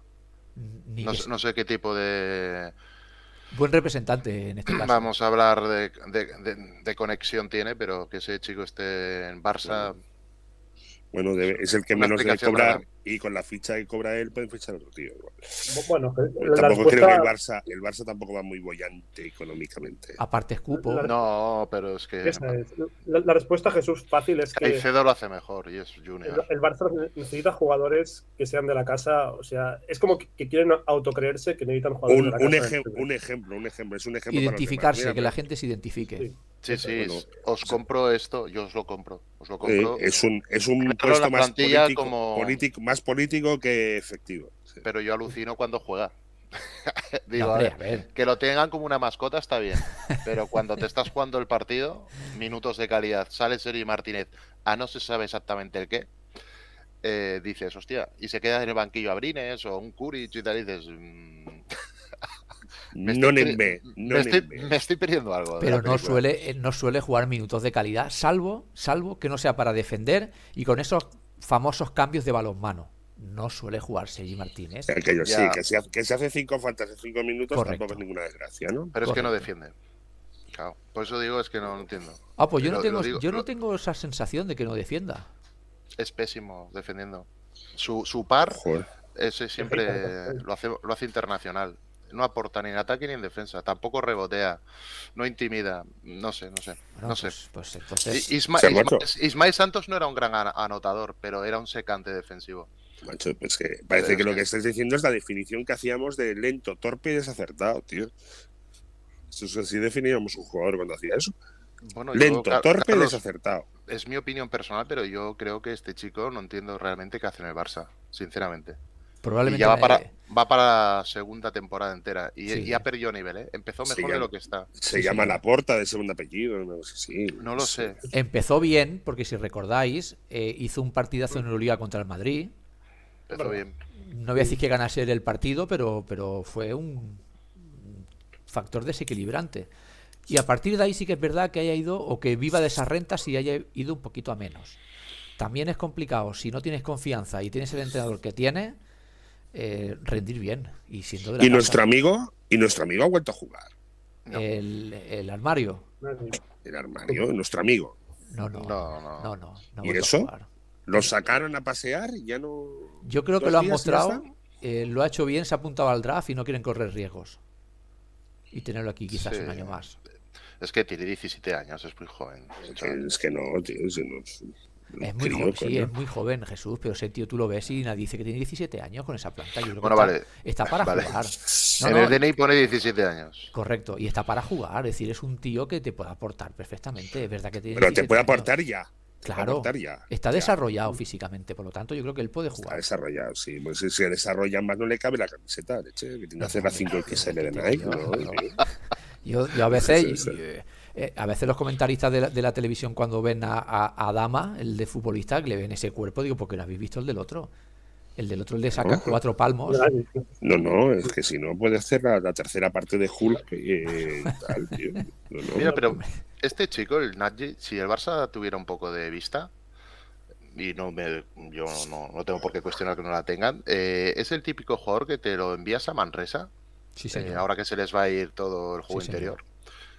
[SPEAKER 1] ni
[SPEAKER 4] No,
[SPEAKER 1] que
[SPEAKER 4] sé-
[SPEAKER 1] se-
[SPEAKER 4] no sé qué tipo de...
[SPEAKER 1] buen representante en este caso.
[SPEAKER 4] Vamos a hablar de, de- de- de conexión tiene, pero que ese chico esté en Barça...
[SPEAKER 3] Bueno, debe, es el que
[SPEAKER 4] Una
[SPEAKER 3] menos debe
[SPEAKER 4] explicación
[SPEAKER 3] cobrar
[SPEAKER 4] rara.
[SPEAKER 3] y con la ficha que cobra él pueden fichar a otro tío. Igual.
[SPEAKER 2] Bueno, la
[SPEAKER 3] Tampoco creo que el
[SPEAKER 2] respuesta,
[SPEAKER 3] Barça, el Barça tampoco va muy bollante económicamente.
[SPEAKER 1] Aparte es cupo.
[SPEAKER 2] La-
[SPEAKER 4] No, pero es que
[SPEAKER 2] esa es. La, la respuesta, Jesús, fácil es que
[SPEAKER 4] Caicedo lo hace mejor y es
[SPEAKER 2] el,
[SPEAKER 4] Junior.
[SPEAKER 2] el Barça necesita jugadores que sean de la casa. O sea, es como que, que quieren autocreerse que necesitan jugadores
[SPEAKER 3] Un,
[SPEAKER 2] de la
[SPEAKER 3] un,
[SPEAKER 2] casa.
[SPEAKER 3] ejem- un ejemplo, un ejemplo, es un ejemplo
[SPEAKER 1] Identificarse,
[SPEAKER 3] para los demás.
[SPEAKER 1] que la
[SPEAKER 3] Mira,
[SPEAKER 1] gente se identifique.
[SPEAKER 2] Sí.
[SPEAKER 4] Sí,
[SPEAKER 2] Eso,
[SPEAKER 4] sí,
[SPEAKER 3] bueno,
[SPEAKER 4] es- os compro esto, yo os lo compro. Os lo
[SPEAKER 3] eh,
[SPEAKER 4] compro,
[SPEAKER 3] es un, es un
[SPEAKER 4] Claro,
[SPEAKER 3] puesto
[SPEAKER 4] la
[SPEAKER 3] más
[SPEAKER 4] plantilla
[SPEAKER 3] político,
[SPEAKER 4] como-
[SPEAKER 3] político- más político que efectivo. Sí.
[SPEAKER 4] pero yo alucino cuando juega.
[SPEAKER 1] No,
[SPEAKER 4] Digo, a
[SPEAKER 1] hombre,
[SPEAKER 4] ver,
[SPEAKER 1] a ver.
[SPEAKER 4] que lo tengan como una mascota está bien, pero cuando te estás jugando el partido, minutos de calidad, sale Sergi Martínez a no se sabe exactamente el qué, eh, dices, hostia, y se queda en el banquillo Abrines o un Kuric y tal, y dices, mm, me
[SPEAKER 3] No
[SPEAKER 4] estoy,
[SPEAKER 3] Nembe,
[SPEAKER 4] per-
[SPEAKER 3] no
[SPEAKER 4] me, estoy,
[SPEAKER 3] Nembe.
[SPEAKER 4] me estoy perdiendo algo. de
[SPEAKER 1] Pero
[SPEAKER 4] la
[SPEAKER 1] no
[SPEAKER 4] película.
[SPEAKER 1] suele, eh, no suele jugar minutos de calidad, salvo, salvo que no sea para defender y con esos famosos cambios de balonmano. No suele jugar Sergi Martínez.
[SPEAKER 3] O sea, que yo sí,
[SPEAKER 4] Ya.
[SPEAKER 3] que si, hace- que si hace cinco faltas en cinco minutos
[SPEAKER 1] Correcto.
[SPEAKER 3] tampoco es ninguna desgracia, ¿no?
[SPEAKER 4] Pero es que no
[SPEAKER 1] Correcto.
[SPEAKER 4] defiende. Claro, por eso digo, es que no, no entiendo.
[SPEAKER 1] Ah, pues yo no
[SPEAKER 4] Lo-
[SPEAKER 1] tengo,
[SPEAKER 4] lo digo-
[SPEAKER 1] yo no
[SPEAKER 4] lo-
[SPEAKER 1] tengo esa sensación de que no defienda.
[SPEAKER 4] Es pésimo defendiendo. Su, su par,
[SPEAKER 3] Joder.
[SPEAKER 4] ese siempre lo hace, lo hace internacional. No aporta ni en ataque ni en defensa. Tampoco rebotea. No intimida. No sé, no sé.
[SPEAKER 1] Bueno,
[SPEAKER 4] no sé.
[SPEAKER 1] pues, pues entonces.
[SPEAKER 4] I- Isma-
[SPEAKER 3] Se
[SPEAKER 4] Isma-
[SPEAKER 3] macho.
[SPEAKER 4] Ismael Santos no era un gran ana- anotador, pero era un secante defensivo.
[SPEAKER 3] Macho, pues que parece
[SPEAKER 4] Pero
[SPEAKER 3] que
[SPEAKER 4] es
[SPEAKER 3] lo
[SPEAKER 4] que-
[SPEAKER 3] que estás diciendo es la definición que hacíamos de lento, torpe y desacertado, tío. Eso es así definíamos un jugador cuando hacía eso.
[SPEAKER 4] Bueno, yo,
[SPEAKER 3] Lento,
[SPEAKER 4] Car-
[SPEAKER 3] torpe y
[SPEAKER 4] Carlos,
[SPEAKER 3] desacertado.
[SPEAKER 4] es mi opinión personal, pero yo creo que este chico no entiendo realmente qué hace en el Barça, sinceramente. Y
[SPEAKER 1] Probablemente
[SPEAKER 4] ya va
[SPEAKER 1] me-
[SPEAKER 4] para, va para la segunda temporada entera. Y,
[SPEAKER 1] Sí.
[SPEAKER 4] y ha perdido nivel, ¿eh? Empezó
[SPEAKER 3] Se
[SPEAKER 4] mejor de
[SPEAKER 3] llama-
[SPEAKER 4] lo que está.
[SPEAKER 3] Se
[SPEAKER 1] Sí,
[SPEAKER 3] llama
[SPEAKER 1] sí.
[SPEAKER 3] Laporta de segundo apellido, no sé si.
[SPEAKER 4] No lo sé.
[SPEAKER 1] empezó bien, porque si recordáis, eh, hizo un partidazo en Euroliga contra el Madrid.
[SPEAKER 4] Empezó bien.
[SPEAKER 1] No voy a decir que ganase el partido, pero, pero fue un factor desequilibrante. Y a partir de ahí sí que es verdad que haya ido, o que viva de esas rentas y haya ido un poquito a menos. También es complicado, si no tienes confianza y tienes el entrenador que tiene, eh, rendir bien. Y siendo de la
[SPEAKER 3] Y
[SPEAKER 1] casa.
[SPEAKER 3] nuestro amigo, y nuestro amigo ha vuelto a jugar.
[SPEAKER 4] No.
[SPEAKER 1] el, el armario.
[SPEAKER 3] El armario, nuestro amigo.
[SPEAKER 1] No, no,
[SPEAKER 4] No, no.
[SPEAKER 1] no, no, no ha
[SPEAKER 3] ¿Y
[SPEAKER 1] vuelto a
[SPEAKER 3] eso?
[SPEAKER 1] jugar.
[SPEAKER 3] Lo sacaron a pasear y ya no.
[SPEAKER 1] Yo creo que
[SPEAKER 3] ¿Dos
[SPEAKER 1] lo han
[SPEAKER 3] días y ya
[SPEAKER 1] mostrado,
[SPEAKER 3] está?
[SPEAKER 1] eh, lo ha hecho bien, se ha apuntado al draft y no quieren correr riesgos. Y tenerlo aquí quizás
[SPEAKER 4] Sí.
[SPEAKER 1] un año más.
[SPEAKER 4] Es que tiene diecisiete años, es muy joven. ese chaval.
[SPEAKER 3] Es que no, tío. Es, no, es-
[SPEAKER 1] Es muy
[SPEAKER 3] crío,
[SPEAKER 1] joven, sí,
[SPEAKER 3] coño.
[SPEAKER 1] es muy joven, Jesús, pero ese tío tú lo ves y nadie dice que tiene diecisiete años con esa planta. Yo creo que
[SPEAKER 4] Bueno,
[SPEAKER 1] está,
[SPEAKER 4] vale.
[SPEAKER 1] está para
[SPEAKER 4] Vale.
[SPEAKER 1] jugar. No,
[SPEAKER 4] en
[SPEAKER 1] no,
[SPEAKER 4] el D N I pone diecisiete años.
[SPEAKER 1] correcto, y está para jugar, es decir, es un tío que te puede aportar perfectamente. Es verdad que tiene
[SPEAKER 3] Pero te
[SPEAKER 1] diecisiete
[SPEAKER 3] puede
[SPEAKER 1] años.
[SPEAKER 3] aportar ya. Te puede
[SPEAKER 1] Claro,
[SPEAKER 3] aportar ya.
[SPEAKER 1] está
[SPEAKER 3] Ya.
[SPEAKER 1] desarrollado físicamente, por lo tanto yo creo que él puede
[SPEAKER 3] Está
[SPEAKER 1] jugar.
[SPEAKER 3] desarrollado, sí. Pues si se desarrolla más no le cabe la camiseta, leche, que tiene que hacer la cinco X L de Nike, ¿no?
[SPEAKER 1] Yo, yo a veces,
[SPEAKER 3] Sí, sí, sí.
[SPEAKER 1] eh, eh, a veces los comentaristas de la, de la televisión cuando ven a, a, a Dama, el de futbolista, que le ven ese cuerpo, digo, porque no habéis visto el del otro. El del otro le saca
[SPEAKER 3] No.
[SPEAKER 1] cuatro palmos.
[SPEAKER 3] No, no, es que si no puede hacer la, la tercera parte de Hulk eh, tal, tío. No, no.
[SPEAKER 4] Mira, pero este chico, el Nadji, si el Barça tuviera un poco de vista, y no me, yo no, no tengo por qué cuestionar que no la tengan, eh, es el típico jugador que te lo envías a Manresa,
[SPEAKER 1] Sí,
[SPEAKER 4] eh,
[SPEAKER 1] señor.
[SPEAKER 4] ahora que se les va a ir todo el juego
[SPEAKER 1] Sí, señor.
[SPEAKER 4] interior.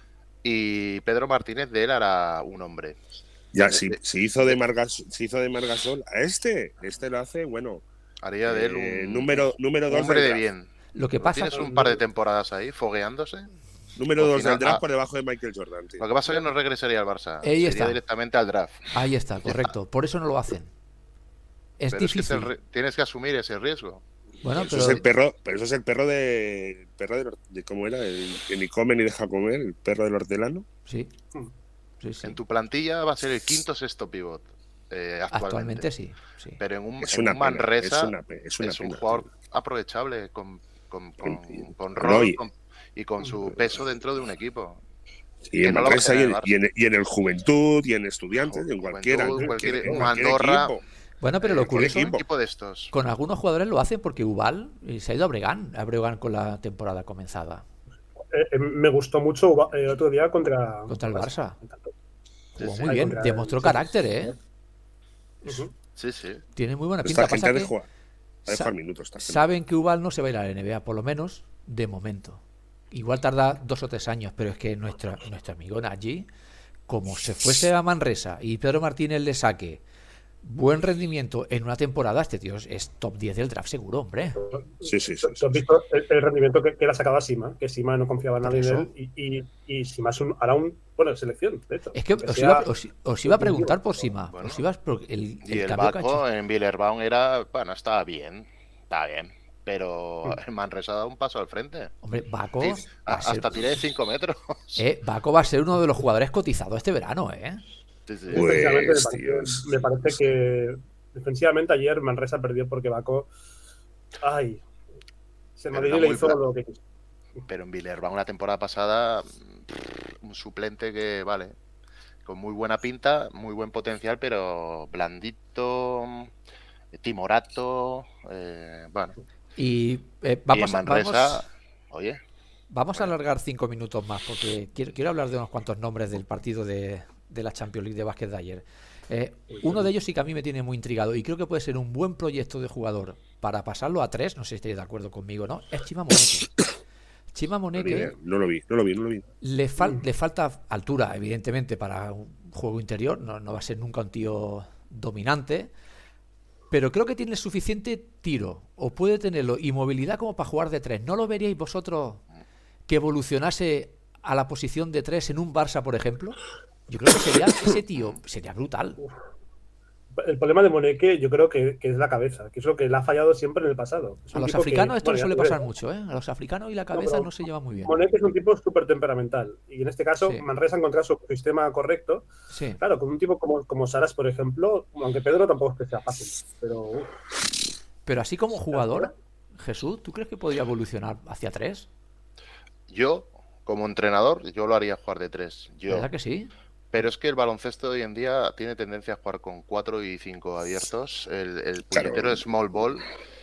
[SPEAKER 4] Y Pedro Martínez de él hará un hombre.
[SPEAKER 3] Ya, si, si hizo de Margasol, si hizo de Margasol a este, este lo hace, bueno,
[SPEAKER 4] Haría de él
[SPEAKER 3] eh,
[SPEAKER 4] un,
[SPEAKER 3] número, número
[SPEAKER 4] un
[SPEAKER 3] dos
[SPEAKER 4] hombre
[SPEAKER 3] del
[SPEAKER 4] de
[SPEAKER 3] draft.
[SPEAKER 4] bien.
[SPEAKER 1] Lo que pasa
[SPEAKER 4] Tienes un par de temporadas ahí fogueándose.
[SPEAKER 3] Número
[SPEAKER 4] Al
[SPEAKER 3] dos
[SPEAKER 4] final-
[SPEAKER 3] del draft
[SPEAKER 4] ah.
[SPEAKER 3] por debajo de Michael Jordan, tío.
[SPEAKER 4] Lo que pasa es que no regresaría al Barça.
[SPEAKER 1] Ahí
[SPEAKER 4] Sería
[SPEAKER 1] está.
[SPEAKER 4] directamente al draft.
[SPEAKER 1] Ahí está, correcto. Por eso no lo hacen. Es
[SPEAKER 4] Pero es que es
[SPEAKER 1] difícil.
[SPEAKER 4] el ri- tienes que asumir ese riesgo.
[SPEAKER 1] Bueno,
[SPEAKER 3] Eso
[SPEAKER 1] pero
[SPEAKER 3] es el perro, pero eso es el perro de, el perro de, de cómo era, el que ni come ni deja comer, el perro del hortelano.
[SPEAKER 1] sí. Sí, sí.
[SPEAKER 4] En tu plantilla va a ser el quinto sexto pivot eh, actualmente.
[SPEAKER 1] Actualmente sí, sí.
[SPEAKER 4] Pero en un,
[SPEAKER 3] Es
[SPEAKER 4] en
[SPEAKER 3] una
[SPEAKER 4] un
[SPEAKER 3] pena,
[SPEAKER 4] Manresa
[SPEAKER 3] es una pe- es una
[SPEAKER 4] es un
[SPEAKER 3] pena,
[SPEAKER 4] jugador
[SPEAKER 3] tío.
[SPEAKER 4] aprovechable con, con, con,
[SPEAKER 3] Con-
[SPEAKER 4] con
[SPEAKER 3] no,
[SPEAKER 4] rol
[SPEAKER 3] y-
[SPEAKER 4] con- y con su peso dentro de un equipo.
[SPEAKER 3] Y
[SPEAKER 4] Que
[SPEAKER 3] en
[SPEAKER 4] no lo va a
[SPEAKER 3] Manresa y
[SPEAKER 4] tener
[SPEAKER 3] en,
[SPEAKER 4] el
[SPEAKER 3] y, en, y en el Juventud, y en Estudiantes, y en
[SPEAKER 4] Juventud,
[SPEAKER 3] cualquiera. en
[SPEAKER 4] cualquier-
[SPEAKER 3] cualquier- en
[SPEAKER 4] un
[SPEAKER 3] cualquier
[SPEAKER 4] Andorra.
[SPEAKER 3] equipo.
[SPEAKER 1] Bueno, pero
[SPEAKER 4] Eh,
[SPEAKER 1] lo
[SPEAKER 4] con
[SPEAKER 1] curioso,
[SPEAKER 4] un equipo de estos.
[SPEAKER 1] con algunos jugadores lo hacen porque Ubal eh, se ha ido a Breogán, a Breogán con la temporada comenzada.
[SPEAKER 2] Eh, eh, me gustó mucho Uba- el otro día contra,
[SPEAKER 1] Contra el Barça. Jugó
[SPEAKER 4] sí,
[SPEAKER 1] muy bien,
[SPEAKER 2] contra el-
[SPEAKER 1] demostró
[SPEAKER 2] sí,
[SPEAKER 1] carácter,
[SPEAKER 2] sí,
[SPEAKER 1] ¿eh?
[SPEAKER 2] Ujú.
[SPEAKER 4] Sí, sí.
[SPEAKER 1] Tiene muy buena
[SPEAKER 3] Esta
[SPEAKER 1] pinta.
[SPEAKER 3] gente
[SPEAKER 1] Pasa
[SPEAKER 3] ha de
[SPEAKER 1] que
[SPEAKER 3] jugar, ha de
[SPEAKER 1] sa-
[SPEAKER 3] jugar minutos. esta gente.
[SPEAKER 1] saben que Ubal no se va a ir a la N B A, por lo menos de momento. Igual tarda dos o tres años, pero es que nuestro, nuestro amigo Nadji, como se fuese a Manresa y Pedro Martínez le saque buen rendimiento en una temporada, este tío es, es top diez del draft seguro, hombre.
[SPEAKER 3] Sí, sí, sí.
[SPEAKER 2] ¿Tú has visto el, el rendimiento que, que le ha sacado a Sima? Que Sima no confiaba en nadie en
[SPEAKER 1] Eso.
[SPEAKER 2] él y, y, y Sima es un, hará un... Bueno, selección, de hecho.
[SPEAKER 1] Es que
[SPEAKER 2] Aunque
[SPEAKER 1] os
[SPEAKER 2] sea-
[SPEAKER 1] iba, os, os iba a preguntar por Sima.
[SPEAKER 4] Bueno.
[SPEAKER 1] Os iba a- por el,
[SPEAKER 4] Y
[SPEAKER 1] el
[SPEAKER 4] el
[SPEAKER 1] cambio que ha hecho.
[SPEAKER 4] Baco en Villerbaum era, bueno, estaba bien, estaba bien, pero en Manresa ha dado un paso al frente.
[SPEAKER 1] Hombre, Baco
[SPEAKER 4] Sí,
[SPEAKER 1] va
[SPEAKER 4] a-
[SPEAKER 1] a ser,
[SPEAKER 4] hasta tiré de cinco metros.
[SPEAKER 1] eh, Baco va a ser uno de los jugadores cotizados este verano, ¿eh?
[SPEAKER 4] Sí, sí.
[SPEAKER 3] Uy.
[SPEAKER 2] Defensivamente me
[SPEAKER 3] Pues,
[SPEAKER 2] parece,
[SPEAKER 3] tíos.
[SPEAKER 2] me parece que defensivamente ayer Manresa perdió porque Baco, ay, se
[SPEAKER 4] Pero
[SPEAKER 2] Madrid
[SPEAKER 4] era
[SPEAKER 2] le
[SPEAKER 4] muy
[SPEAKER 2] hizo
[SPEAKER 4] bla-
[SPEAKER 2] lo que quiso.
[SPEAKER 4] Pero en Villerbaum la temporada pasada, pff, un suplente que, vale, con muy buena pinta, muy buen potencial, pero blandito, timorato, eh, bueno.
[SPEAKER 1] Y eh,
[SPEAKER 4] Y en
[SPEAKER 1] vamos, a-
[SPEAKER 4] Manresa,
[SPEAKER 1] vamos,
[SPEAKER 4] oye,
[SPEAKER 1] vamos a alargar cinco minutos más porque quiero, quiero hablar de unos cuantos nombres del partido de, de la Champions League de básquet de ayer. Eh, uno de ellos sí que a mí me tiene muy intrigado y creo que puede ser un buen proyecto de jugador para pasarlo a tres, no sé si estáis de acuerdo conmigo, ¿no? Es Chima Moneke. Chima
[SPEAKER 3] Ni
[SPEAKER 1] Moneke
[SPEAKER 3] idea. No lo vi, no lo vi, no lo vi.
[SPEAKER 1] le, fal- le falta altura, evidentemente, para un juego interior, no, no va a ser nunca un tío dominante, pero creo que tiene suficiente tiro, o puede tenerlo, y movilidad como para jugar de tres. ¿No lo veríais vosotros que evolucionase a la posición de tres en un Barça, por ejemplo? Yo creo que sería ese tío, sería brutal.
[SPEAKER 2] El problema de Moneke yo creo que, que es la cabeza, que es lo que le ha fallado siempre en el pasado. Es
[SPEAKER 1] A
[SPEAKER 2] un
[SPEAKER 1] los
[SPEAKER 2] tipo
[SPEAKER 1] africanos
[SPEAKER 2] que-
[SPEAKER 1] esto
[SPEAKER 2] bueno,
[SPEAKER 1] le
[SPEAKER 2] ya
[SPEAKER 1] suele
[SPEAKER 2] te ves,
[SPEAKER 1] pasar mucho, ¿eh? A los africanos y la cabeza
[SPEAKER 2] pero
[SPEAKER 1] no se lleva muy bien.
[SPEAKER 2] Moneke es un tipo súper temperamental y en este caso
[SPEAKER 1] Sí.
[SPEAKER 2] Manresa ha encontrado su sistema correcto.
[SPEAKER 1] Sí.
[SPEAKER 2] Claro, con un tipo como, como Saras, por ejemplo, aunque Pedro tampoco es que sea fácil, pero uf,
[SPEAKER 1] Pero así como jugador, Jesús, ¿tú crees que podría evolucionar hacia tres?
[SPEAKER 4] yo, como entrenador, yo lo haría jugar de tres. Yo.
[SPEAKER 1] ¿Verdad que sí?
[SPEAKER 4] Pero es que el baloncesto de hoy en día tiene tendencia a jugar con cuatro y cinco abiertos. El, el
[SPEAKER 3] Claro.
[SPEAKER 4] puñetero small ball.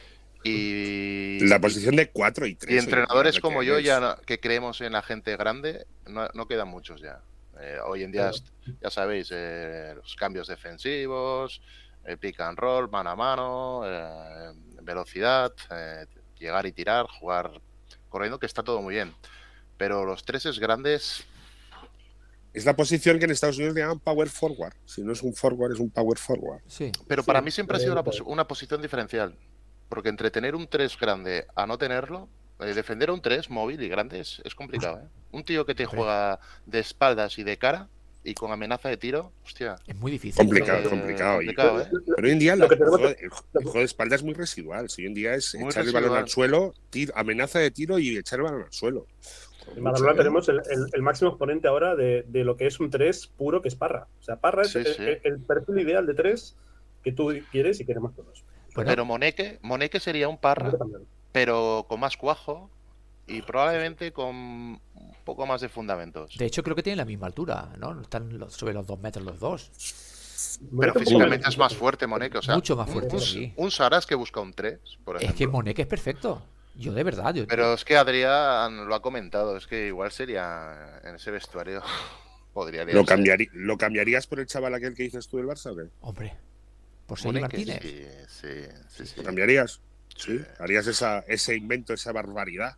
[SPEAKER 4] Y,
[SPEAKER 3] La posición de cuatro y tres.
[SPEAKER 4] y entrenadores como yo, ya no- que creemos en la gente grande, no, no quedan muchos ya. Eh, hoy en día,
[SPEAKER 2] Claro.
[SPEAKER 4] es- ya sabéis, eh, los cambios defensivos, el pick and roll, mano a mano, eh, velocidad, eh, llegar y tirar, jugar corriendo, que está todo muy bien. Pero los treses grandes,
[SPEAKER 3] Es la posición que en Estados Unidos le llaman power forward. Si no es un forward, es un power forward.
[SPEAKER 1] Sí.
[SPEAKER 4] pero
[SPEAKER 2] Sí,
[SPEAKER 4] para mí siempre ha sido una,
[SPEAKER 2] correcto.
[SPEAKER 4] pos- una posición diferencial. Porque entre tener un tres grande a no tenerlo, eh, defender a un tres móvil y grande es, es complicado, ¿eh? Un tío que te
[SPEAKER 1] Hombre.
[SPEAKER 4] juega de espaldas y de cara y con amenaza de tiro, hostia.
[SPEAKER 1] Es muy difícil.
[SPEAKER 3] Complicado,
[SPEAKER 4] eh,
[SPEAKER 3] complicado. Y-
[SPEAKER 4] complicado, ¿eh?
[SPEAKER 3] Pero hoy en día
[SPEAKER 2] Lo
[SPEAKER 3] la-
[SPEAKER 2] que
[SPEAKER 3] el,
[SPEAKER 2] tenemos-
[SPEAKER 3] juego, el juego de espalda es muy residual. Si hoy en día es
[SPEAKER 4] Muy
[SPEAKER 3] echar el balón
[SPEAKER 4] residual.
[SPEAKER 3] al suelo, tiro- amenaza de tiro y echar el balón al suelo.
[SPEAKER 2] en Badalona tenemos el, el- el máximo exponente ahora de, de lo que es un tres puro, que es Parra. O sea, Parra es
[SPEAKER 4] Sí,
[SPEAKER 2] el,
[SPEAKER 4] sí.
[SPEAKER 2] el- el perfil ideal de tres que tú quieres y queremos todos.
[SPEAKER 1] Bueno,
[SPEAKER 4] Pero Moneke, Moneke sería un parra,
[SPEAKER 2] Yo también.
[SPEAKER 4] pero con más cuajo y probablemente con un poco más de fundamentos.
[SPEAKER 1] de hecho, creo que tienen la misma altura, ¿no? Están los- sobre los dos metros los dos.
[SPEAKER 4] Pero
[SPEAKER 2] Moneke un poco
[SPEAKER 4] físicamente
[SPEAKER 2] más
[SPEAKER 4] es más fuerte Moneke, o sea,
[SPEAKER 1] Mucho más fuerte,
[SPEAKER 4] un,
[SPEAKER 1] sí.
[SPEAKER 4] un Saras que busca un tres, por
[SPEAKER 1] Es
[SPEAKER 4] ejemplo.
[SPEAKER 1] que Moneke es perfecto. Yo de verdad. Yo,
[SPEAKER 4] Pero es que Adrián lo ha comentado, es que igual sería en ese vestuario podría
[SPEAKER 3] ¿Lo,
[SPEAKER 4] liarse.
[SPEAKER 3] cambiarí- ¿Lo cambiaría por el chaval aquel que dices tú del Barça o qué?
[SPEAKER 1] Hombre, por Sergi
[SPEAKER 4] Moneke,
[SPEAKER 1] Martínez.
[SPEAKER 4] sí, sí, sí, sí.
[SPEAKER 3] ¿Lo cambiarías?
[SPEAKER 4] Sí.
[SPEAKER 3] Sí. ¿Harías esa, ese invento, esa barbaridad?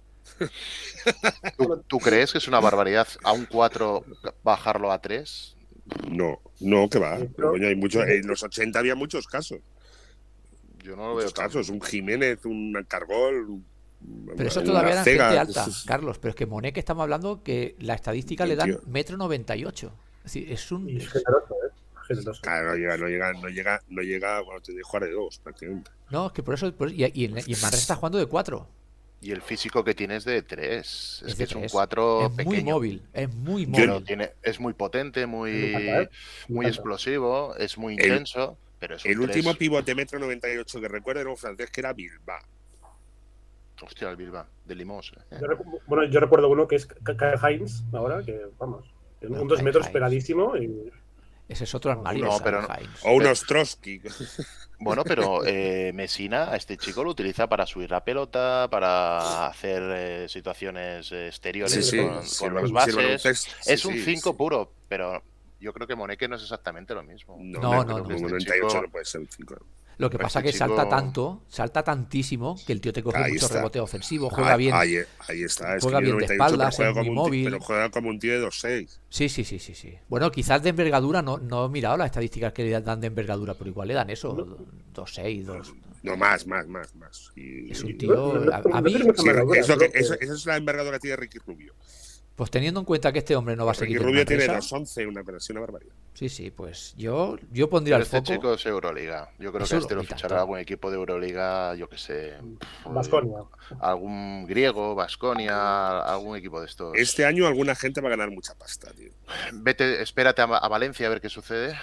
[SPEAKER 4] ¿Tú, tú crees que es una barbaridad a un cuatro bajarlo a tres?
[SPEAKER 3] No, no, que va.
[SPEAKER 2] Sí,
[SPEAKER 3] Pero,
[SPEAKER 2] pero-
[SPEAKER 3] coño, hay muchos, en los ochenta había muchos casos.
[SPEAKER 4] Yo no lo veo
[SPEAKER 3] Muchos
[SPEAKER 4] tan-
[SPEAKER 3] casos. Un Jiménez, un Cargol. un-
[SPEAKER 1] Pero eso
[SPEAKER 3] una
[SPEAKER 1] todavía era
[SPEAKER 3] Cega.
[SPEAKER 1] gente alta,
[SPEAKER 3] Eso es-
[SPEAKER 1] Carlos. Pero es que Moneke estamos hablando que la estadística
[SPEAKER 3] Sí,
[SPEAKER 1] le dan
[SPEAKER 3] tío.
[SPEAKER 1] metro noventa y ocho. Es decir, es un.
[SPEAKER 2] Y
[SPEAKER 1] es-
[SPEAKER 2] generoso, ¿eh? Generoso.
[SPEAKER 3] Claro, no llega, no llega, no llega, no llega cuando te de jugar de dos, prácticamente.
[SPEAKER 1] No, es que por eso. por- y, y en, y en Manresa está jugando de cuatro.
[SPEAKER 4] Y el físico que tiene es de tres. Es,
[SPEAKER 1] Es
[SPEAKER 4] que
[SPEAKER 1] de
[SPEAKER 4] es un
[SPEAKER 1] tres.
[SPEAKER 4] cuatro
[SPEAKER 1] Es muy
[SPEAKER 4] pequeño.
[SPEAKER 1] móvil. Es muy
[SPEAKER 4] Pero
[SPEAKER 1] móvil.
[SPEAKER 4] tiene, es muy potente, muy,
[SPEAKER 2] Me encanta, ¿eh? Me
[SPEAKER 4] muy
[SPEAKER 2] encanta.
[SPEAKER 4] explosivo, es muy
[SPEAKER 3] El-
[SPEAKER 4] intenso. Pero es un
[SPEAKER 3] El
[SPEAKER 4] tres.
[SPEAKER 3] último pivote metro noventa y ocho que recuerdo era un francés que era Bilbao.
[SPEAKER 4] Hostia, el Bilbao, de Limos. eh.
[SPEAKER 2] Yo recu- bueno, yo recuerdo uno que es Kyle Hines, ahora, que vamos, en
[SPEAKER 1] Bueno,
[SPEAKER 2] un dos
[SPEAKER 1] Kyle
[SPEAKER 2] metros
[SPEAKER 1] Hines.
[SPEAKER 2] peladísimo y
[SPEAKER 1] Ese es otro armario.
[SPEAKER 4] No,
[SPEAKER 1] Sam
[SPEAKER 4] pero no-
[SPEAKER 1] Hines.
[SPEAKER 3] O un Ostrowski.
[SPEAKER 4] Bueno, pero eh, Messina, a este chico lo utiliza para subir la pelota, para hacer eh, situaciones eh, exteriores
[SPEAKER 3] Sí, sí.
[SPEAKER 4] con,
[SPEAKER 3] sí,
[SPEAKER 4] con
[SPEAKER 3] el
[SPEAKER 4] los
[SPEAKER 3] balón- sí, el
[SPEAKER 4] bases.
[SPEAKER 3] baloncesto, sí,
[SPEAKER 4] es un
[SPEAKER 3] sí,
[SPEAKER 4] cinco
[SPEAKER 3] sí.
[SPEAKER 4] puro, pero yo creo que Moneke no es exactamente lo mismo.
[SPEAKER 3] No,
[SPEAKER 1] No,
[SPEAKER 3] no,
[SPEAKER 1] no,
[SPEAKER 3] no,
[SPEAKER 1] no.
[SPEAKER 3] un
[SPEAKER 4] Este
[SPEAKER 3] noventa y ocho
[SPEAKER 4] chico-
[SPEAKER 3] no puede ser un cinco.
[SPEAKER 1] Lo que pasa
[SPEAKER 4] Este
[SPEAKER 1] que
[SPEAKER 4] chico-
[SPEAKER 1] salta tanto, salta tantísimo, que el tío te coge
[SPEAKER 3] Ahí
[SPEAKER 1] mucho
[SPEAKER 3] está.
[SPEAKER 1] rebote ofensivo, juega
[SPEAKER 3] Ah,
[SPEAKER 1] bien.
[SPEAKER 3] Ahí, ahí está. Es
[SPEAKER 1] juega
[SPEAKER 3] que
[SPEAKER 1] bien de
[SPEAKER 3] noventa y ocho,
[SPEAKER 1] espaldas,
[SPEAKER 3] pero
[SPEAKER 1] es
[SPEAKER 3] juega,
[SPEAKER 1] muy
[SPEAKER 3] como un, ti-
[SPEAKER 1] móvil.
[SPEAKER 3] pero juega como un tío de dos seis.
[SPEAKER 1] Sí, sí, sí, sí, sí. Bueno, quizás de envergadura no, no he mirado las estadísticas que le dan de envergadura, pero igual le dan eso, dos seis, dos.
[SPEAKER 3] No, más, más, más, más. Y-
[SPEAKER 1] Es un
[SPEAKER 3] y-
[SPEAKER 1] tío.
[SPEAKER 2] No, no,
[SPEAKER 1] A,
[SPEAKER 2] no
[SPEAKER 1] a mí,
[SPEAKER 2] tiene mucha
[SPEAKER 3] Sí,
[SPEAKER 2] envergadura,
[SPEAKER 3] es lo que-
[SPEAKER 2] creo que-
[SPEAKER 3] eso- esa es la envergadura que tiene Ricky Rubio.
[SPEAKER 1] pues teniendo en cuenta que este hombre no va a
[SPEAKER 3] Ricky
[SPEAKER 1] seguir en
[SPEAKER 3] Rubio tiene
[SPEAKER 1] Manresa,
[SPEAKER 3] dos once, una operación, una barbaridad.
[SPEAKER 1] sí, sí, pues yo, yo pondría
[SPEAKER 4] Pero
[SPEAKER 1] el
[SPEAKER 4] este
[SPEAKER 1] foco.
[SPEAKER 4] chico es Euroliga. Yo creo
[SPEAKER 1] Es
[SPEAKER 4] que este lo
[SPEAKER 1] Euroliga,
[SPEAKER 4] fichará
[SPEAKER 1] todo.
[SPEAKER 4] algún equipo de Euroliga, yo que sé.
[SPEAKER 2] Baskonia.
[SPEAKER 4] Algún griego, Baskonia, algún equipo de estos.
[SPEAKER 3] Este año alguna gente va a ganar mucha pasta, tío.
[SPEAKER 4] Vete, espérate a, a Valencia a ver qué sucede.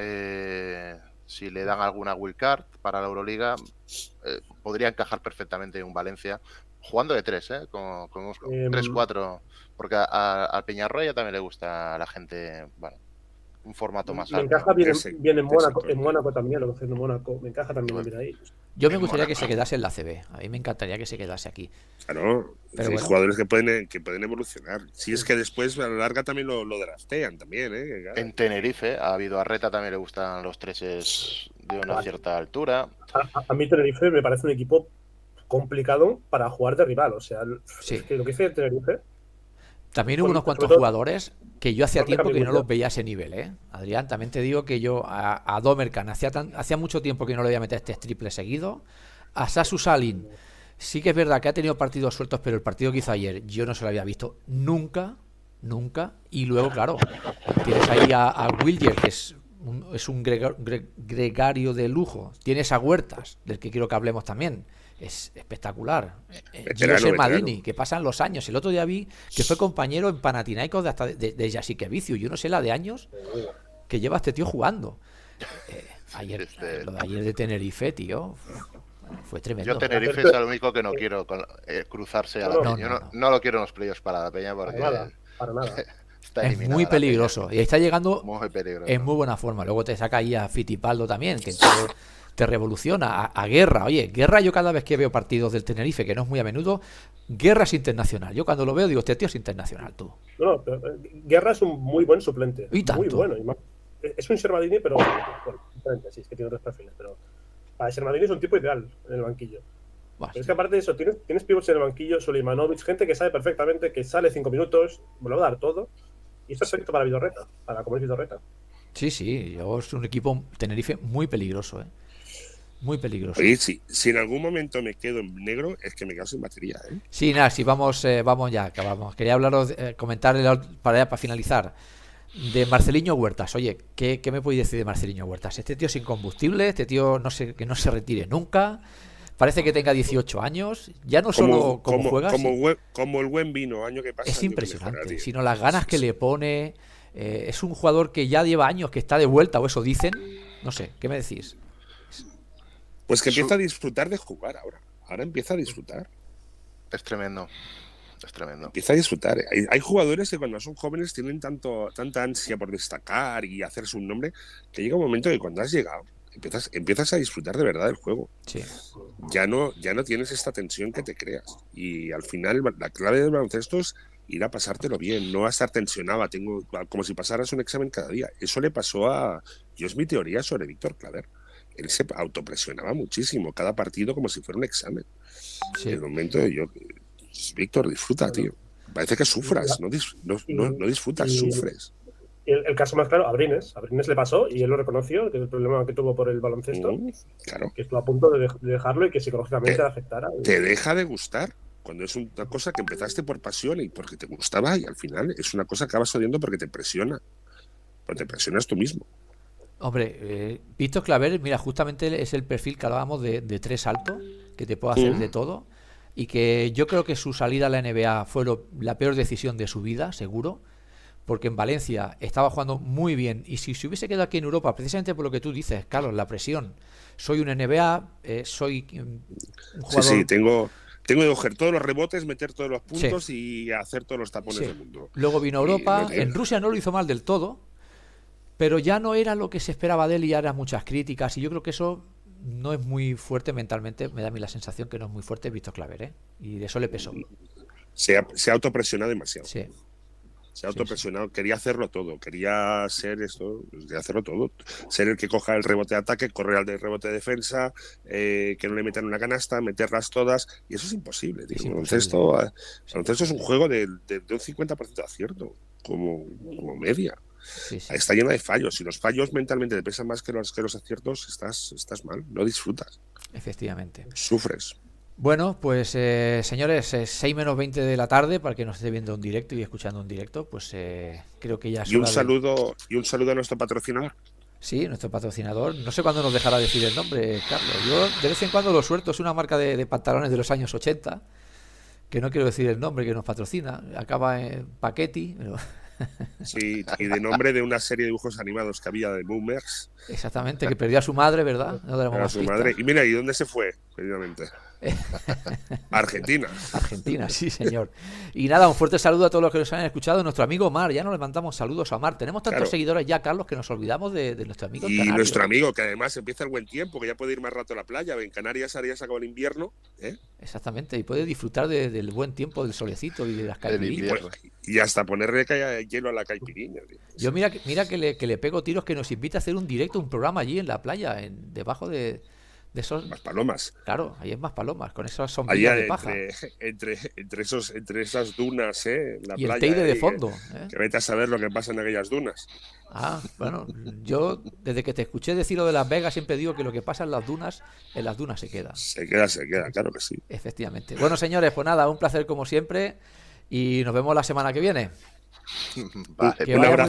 [SPEAKER 4] Eh, si le dan alguna wildcard para la Euroliga, eh, podría encajar perfectamente en un Valencia. Jugando de tres, ¿eh? Con, con unos
[SPEAKER 2] Em,
[SPEAKER 4] tres cuatro. Porque a- a- al Peñarroya también le gusta a la gente, bueno, un formato más
[SPEAKER 2] Me
[SPEAKER 4] alto.
[SPEAKER 2] encaja bien,
[SPEAKER 3] Ese-
[SPEAKER 2] en- bien en
[SPEAKER 3] ese
[SPEAKER 2] Mónaco,
[SPEAKER 3] todo.
[SPEAKER 2] en Mónaco también, lo que hace en Mónaco. Me encaja también
[SPEAKER 4] Bueno.
[SPEAKER 2] mira ahí.
[SPEAKER 1] Yo me
[SPEAKER 4] en
[SPEAKER 1] gustaría
[SPEAKER 4] Mónaco.
[SPEAKER 1] que se quedase en la C B. A mí me encantaría que se quedase aquí.
[SPEAKER 3] Claro,
[SPEAKER 1] Pero
[SPEAKER 3] hay
[SPEAKER 1] bueno.
[SPEAKER 3] jugadores que pueden, que pueden evolucionar. Si es que después a la larga también lo, lo draftean también, ¿eh? Claro.
[SPEAKER 4] En Tenerife ha habido a Reta, también le gustan los treses de una cierta altura.
[SPEAKER 2] A, a- a mí Tenerife me parece un equipo complicado para jugar de rival. O sea, el-
[SPEAKER 1] Sí.
[SPEAKER 2] es que lo que hice Tenerife.
[SPEAKER 1] También hubo
[SPEAKER 2] Con-
[SPEAKER 1] unos cuantos
[SPEAKER 2] sobre todo-
[SPEAKER 1] jugadores que yo hacía
[SPEAKER 2] no me
[SPEAKER 1] tiempo
[SPEAKER 2] cambie
[SPEAKER 1] que no
[SPEAKER 2] mucho.
[SPEAKER 1] los veía a ese nivel, ¿eh? Adrián, también te digo que yo a, a Domercan hacía, tan- hacía mucho tiempo que no le voy a meter este triple seguido. A Sasu Salin, sí que es verdad que ha tenido partidos sueltos, pero el partido que hizo ayer yo no se lo había visto nunca, nunca. Y luego, claro, tienes ahí a, a Wilger, que es un, es un grega- gre- gregario de lujo. Tienes a Huertas, del que quiero que hablemos también. Es espectacular. Eh, eh,
[SPEAKER 3] Veterano,
[SPEAKER 1] Gio
[SPEAKER 3] veterano.
[SPEAKER 1] Sermadini, que pasan los años. El otro día vi que fue compañero en Panathinaikos de, hasta de, de, de Jasikevicio. Yo no sé la de años que lleva este tío jugando. Eh, ayer,
[SPEAKER 4] Este-
[SPEAKER 1] eh, lo de ayer de Tenerife, tío, fue tremendo.
[SPEAKER 4] Yo Tenerife es lo único que no quiero con- eh, cruzarse a la
[SPEAKER 2] No,
[SPEAKER 4] peña.
[SPEAKER 1] no,
[SPEAKER 4] Yo
[SPEAKER 1] no,
[SPEAKER 4] no,
[SPEAKER 1] no.
[SPEAKER 4] no lo quiero en los playoffs para la peña
[SPEAKER 2] Para
[SPEAKER 4] porque
[SPEAKER 2] nada, para nada.
[SPEAKER 4] está
[SPEAKER 1] Es
[SPEAKER 4] eliminada
[SPEAKER 1] muy
[SPEAKER 4] la peña.
[SPEAKER 1] peligroso. Y está llegando
[SPEAKER 4] Muy peligroso.
[SPEAKER 1] en muy buena forma. Luego te saca ahí a Fittipaldo también, que te, te revoluciona. A, a Guerra. Oye, Guerra, yo cada vez que veo partidos del Tenerife, que no es muy a menudo, Guerra es internacional. Yo cuando lo veo digo, este tío es internacional, tú.
[SPEAKER 2] No, no, pero, eh, Guerra es un muy buen suplente.
[SPEAKER 1] Y tanto.
[SPEAKER 2] Muy bueno. y más- Es un Sermadini, pero bueno, diferente, sí, es que tiene otros perfiles. Pero para Sermadini es un tipo ideal en el banquillo.
[SPEAKER 1] Buah,
[SPEAKER 2] Pero es que aparte de eso, tienes, tienes pivots en el banquillo, Suleimanovic, gente que sabe perfectamente que sale cinco minutos, me lo va a dar todo. Y es perfecto para Vidorreta, para comer Vidorreta.
[SPEAKER 1] Sí, sí, yo es un equipo Tenerife muy peligroso, ¿eh? Muy peligroso.
[SPEAKER 3] Oye, si, si en algún momento me quedo en negro, es que me quedo sin batería, ¿eh?
[SPEAKER 1] Sí, nada, sí, vamos, eh, vamos ya, acabamos. Quería hablaros, eh, comentarle la- para, para finalizar, de Marceliño Huertas. Oye, ¿qué, qué me podéis decir de Marceliño Huertas? Este tío es incombustible, este tío no sé, que no se retire nunca. Parece que tenga dieciocho años. Ya no solo como,
[SPEAKER 3] como,
[SPEAKER 1] juega,
[SPEAKER 3] como,
[SPEAKER 1] sí,
[SPEAKER 3] buen- como el buen vino, año que pasa.
[SPEAKER 1] es
[SPEAKER 3] año que
[SPEAKER 1] impresionante.
[SPEAKER 3] mejora, tío.
[SPEAKER 1] Sino las ganas que le pone. eh, es un jugador que ya lleva años, que está de vuelta, o eso dicen. No sé, ¿qué me decís?
[SPEAKER 3] Pues que
[SPEAKER 4] Su-
[SPEAKER 3] empieza a disfrutar de jugar ahora. Ahora empieza a disfrutar.
[SPEAKER 4] Es tremendo. Es tremendo.
[SPEAKER 3] Empieza a disfrutar. Hay, hay jugadores que cuando son jóvenes tienen tanto, tanta ansia por destacar y hacerse un nombre que llega un momento que cuando has llegado empiezas, empiezas a disfrutar de verdad del juego.
[SPEAKER 1] Sí.
[SPEAKER 3] Ya no, ya no tienes esta tensión que te creas. Y al final la clave del baloncesto es ir a pasártelo bien, no a estar tensionado. Tengo, como si pasaras un examen cada día. Eso le pasó a... Yo es mi teoría sobre Víctor Claver. Él se autopresionaba muchísimo cada partido como si fuera un examen.
[SPEAKER 1] Sí.
[SPEAKER 3] En el momento de yo... Víctor, disfruta, tío. Parece que sufras, no, dis- no, no, no disfrutas,
[SPEAKER 2] Y-
[SPEAKER 3] sufres.
[SPEAKER 2] El, el caso más claro, Abrines. Abrines le pasó y él lo reconoció, que es el problema que tuvo por el baloncesto,
[SPEAKER 3] Mm, claro.
[SPEAKER 2] que estuvo a punto de, dej- de dejarlo y que psicológicamente
[SPEAKER 3] Te-
[SPEAKER 2] le afectara. Y-
[SPEAKER 3] Te deja de gustar. Cuando es una cosa que empezaste por pasión y porque te gustaba y al final es una cosa que acabas odiando porque te presiona. Porque te presionas tú mismo.
[SPEAKER 1] Hombre, eh, Víctor Claver, mira, justamente es el perfil que hablábamos de, de tres alto, que te puede hacer
[SPEAKER 3] Mm.
[SPEAKER 1] de todo, y que yo creo que su salida a la N B A fue lo- la peor decisión de su vida, seguro, porque en Valencia estaba jugando muy bien, y si se hubiese quedado aquí en Europa, precisamente por lo que tú dices, Carlos, la presión, soy un N B A, eh, soy mm, un
[SPEAKER 3] Sí,
[SPEAKER 1] jugador...
[SPEAKER 3] sí, tengo, tengo que coger todos los rebotes, meter todos los puntos y hacer todos los tapones
[SPEAKER 1] Sí.
[SPEAKER 3] del mundo.
[SPEAKER 1] Luego vino a
[SPEAKER 3] Y
[SPEAKER 1] Europa,
[SPEAKER 3] no te-
[SPEAKER 1] en Rusia no lo hizo mal del todo, pero ya no era lo que se esperaba de él y ya eran muchas críticas, y yo creo que eso no es muy fuerte mentalmente, me da a mí la sensación que no es muy fuerte Víctor Claver, ¿eh? Y de eso le pesó.
[SPEAKER 3] Se ha, se ha autopresionado demasiado.
[SPEAKER 1] Sí.
[SPEAKER 3] Se ha autopresionado, quería hacerlo todo, quería ser esto, quería hacerlo todo, ser el que coja el rebote de ataque, correr al de rebote de defensa, eh, que no le metan una canasta, meterlas todas, y eso es imposible, tío. Es imposible. Baloncesto, sí. baloncesto es un juego de, de, de un cincuenta por ciento de acierto, como, como media. Sí, sí. Está llena de fallos. Si los fallos mentalmente te pesan más que los, que los aciertos, estás, estás mal, no disfrutas.
[SPEAKER 1] Efectivamente.
[SPEAKER 3] Sufres.
[SPEAKER 1] Bueno, pues eh, señores, eh, seis menos veinte de la tarde, para que nos esté viendo en directo y escuchando en directo, pues eh, creo que ya es
[SPEAKER 3] y un
[SPEAKER 1] hora
[SPEAKER 3] saludo
[SPEAKER 1] de...
[SPEAKER 3] Y un saludo a nuestro patrocinador.
[SPEAKER 1] Sí, nuestro patrocinador. No sé cuándo nos dejará decir el nombre, Carlos. Yo de vez en cuando lo suelto, es una marca de, de pantalones de los años ochenta, que no quiero decir el nombre, que nos patrocina. Acaba en Paquetti, pero...
[SPEAKER 3] Sí, y de nombre de una serie de dibujos animados que había de Boomers.
[SPEAKER 1] Exactamente, que perdió a su madre, ¿verdad? No
[SPEAKER 3] a su madre. Y mira, ¿y dónde se fue? Precisamente. Argentina.
[SPEAKER 1] Argentina, sí, señor. Y nada, un fuerte saludo a todos los que nos han escuchado. Nuestro amigo Mar, ya nos le mandamos saludos a Mar. Tenemos tantos claro. seguidores ya, Carlos, que nos olvidamos de, de nuestro amigo.
[SPEAKER 3] Y Canario. Nuestro amigo, que además empieza el buen tiempo, que ya puede ir más rato a la playa. En Canarias ahora ya se acabó el invierno. ¿eh?
[SPEAKER 1] Exactamente, y puede disfrutar de, del buen tiempo, del solecito y de las caipiriñas.
[SPEAKER 3] Y hasta ponerle hielo a la caipiriña. Tío.
[SPEAKER 1] Yo mira, mira que, le, que le pego tiros, que nos invita a hacer un directo, un programa allí en la playa, en, debajo de... De esos...
[SPEAKER 3] Más palomas.
[SPEAKER 1] Claro, ahí es más palomas, con esas sombrillas
[SPEAKER 3] Allá
[SPEAKER 1] de paja.
[SPEAKER 3] Entre, entre, entre, esos, entre esas dunas, ¿eh? La
[SPEAKER 1] y
[SPEAKER 3] playa,
[SPEAKER 1] el Teide
[SPEAKER 3] eh,
[SPEAKER 1] de fondo.
[SPEAKER 3] Que,
[SPEAKER 1] ¿eh?
[SPEAKER 3] que vete a saber lo que pasa en aquellas dunas.
[SPEAKER 1] Ah, bueno, yo desde que te escuché decir lo de Las Vegas siempre digo que lo que pasa en las dunas, en las dunas se queda.
[SPEAKER 3] Se queda, se queda, claro que sí.
[SPEAKER 1] Efectivamente. Bueno, señores, pues nada, un placer como siempre y nos vemos la semana que viene.
[SPEAKER 3] Vale, un abrazo.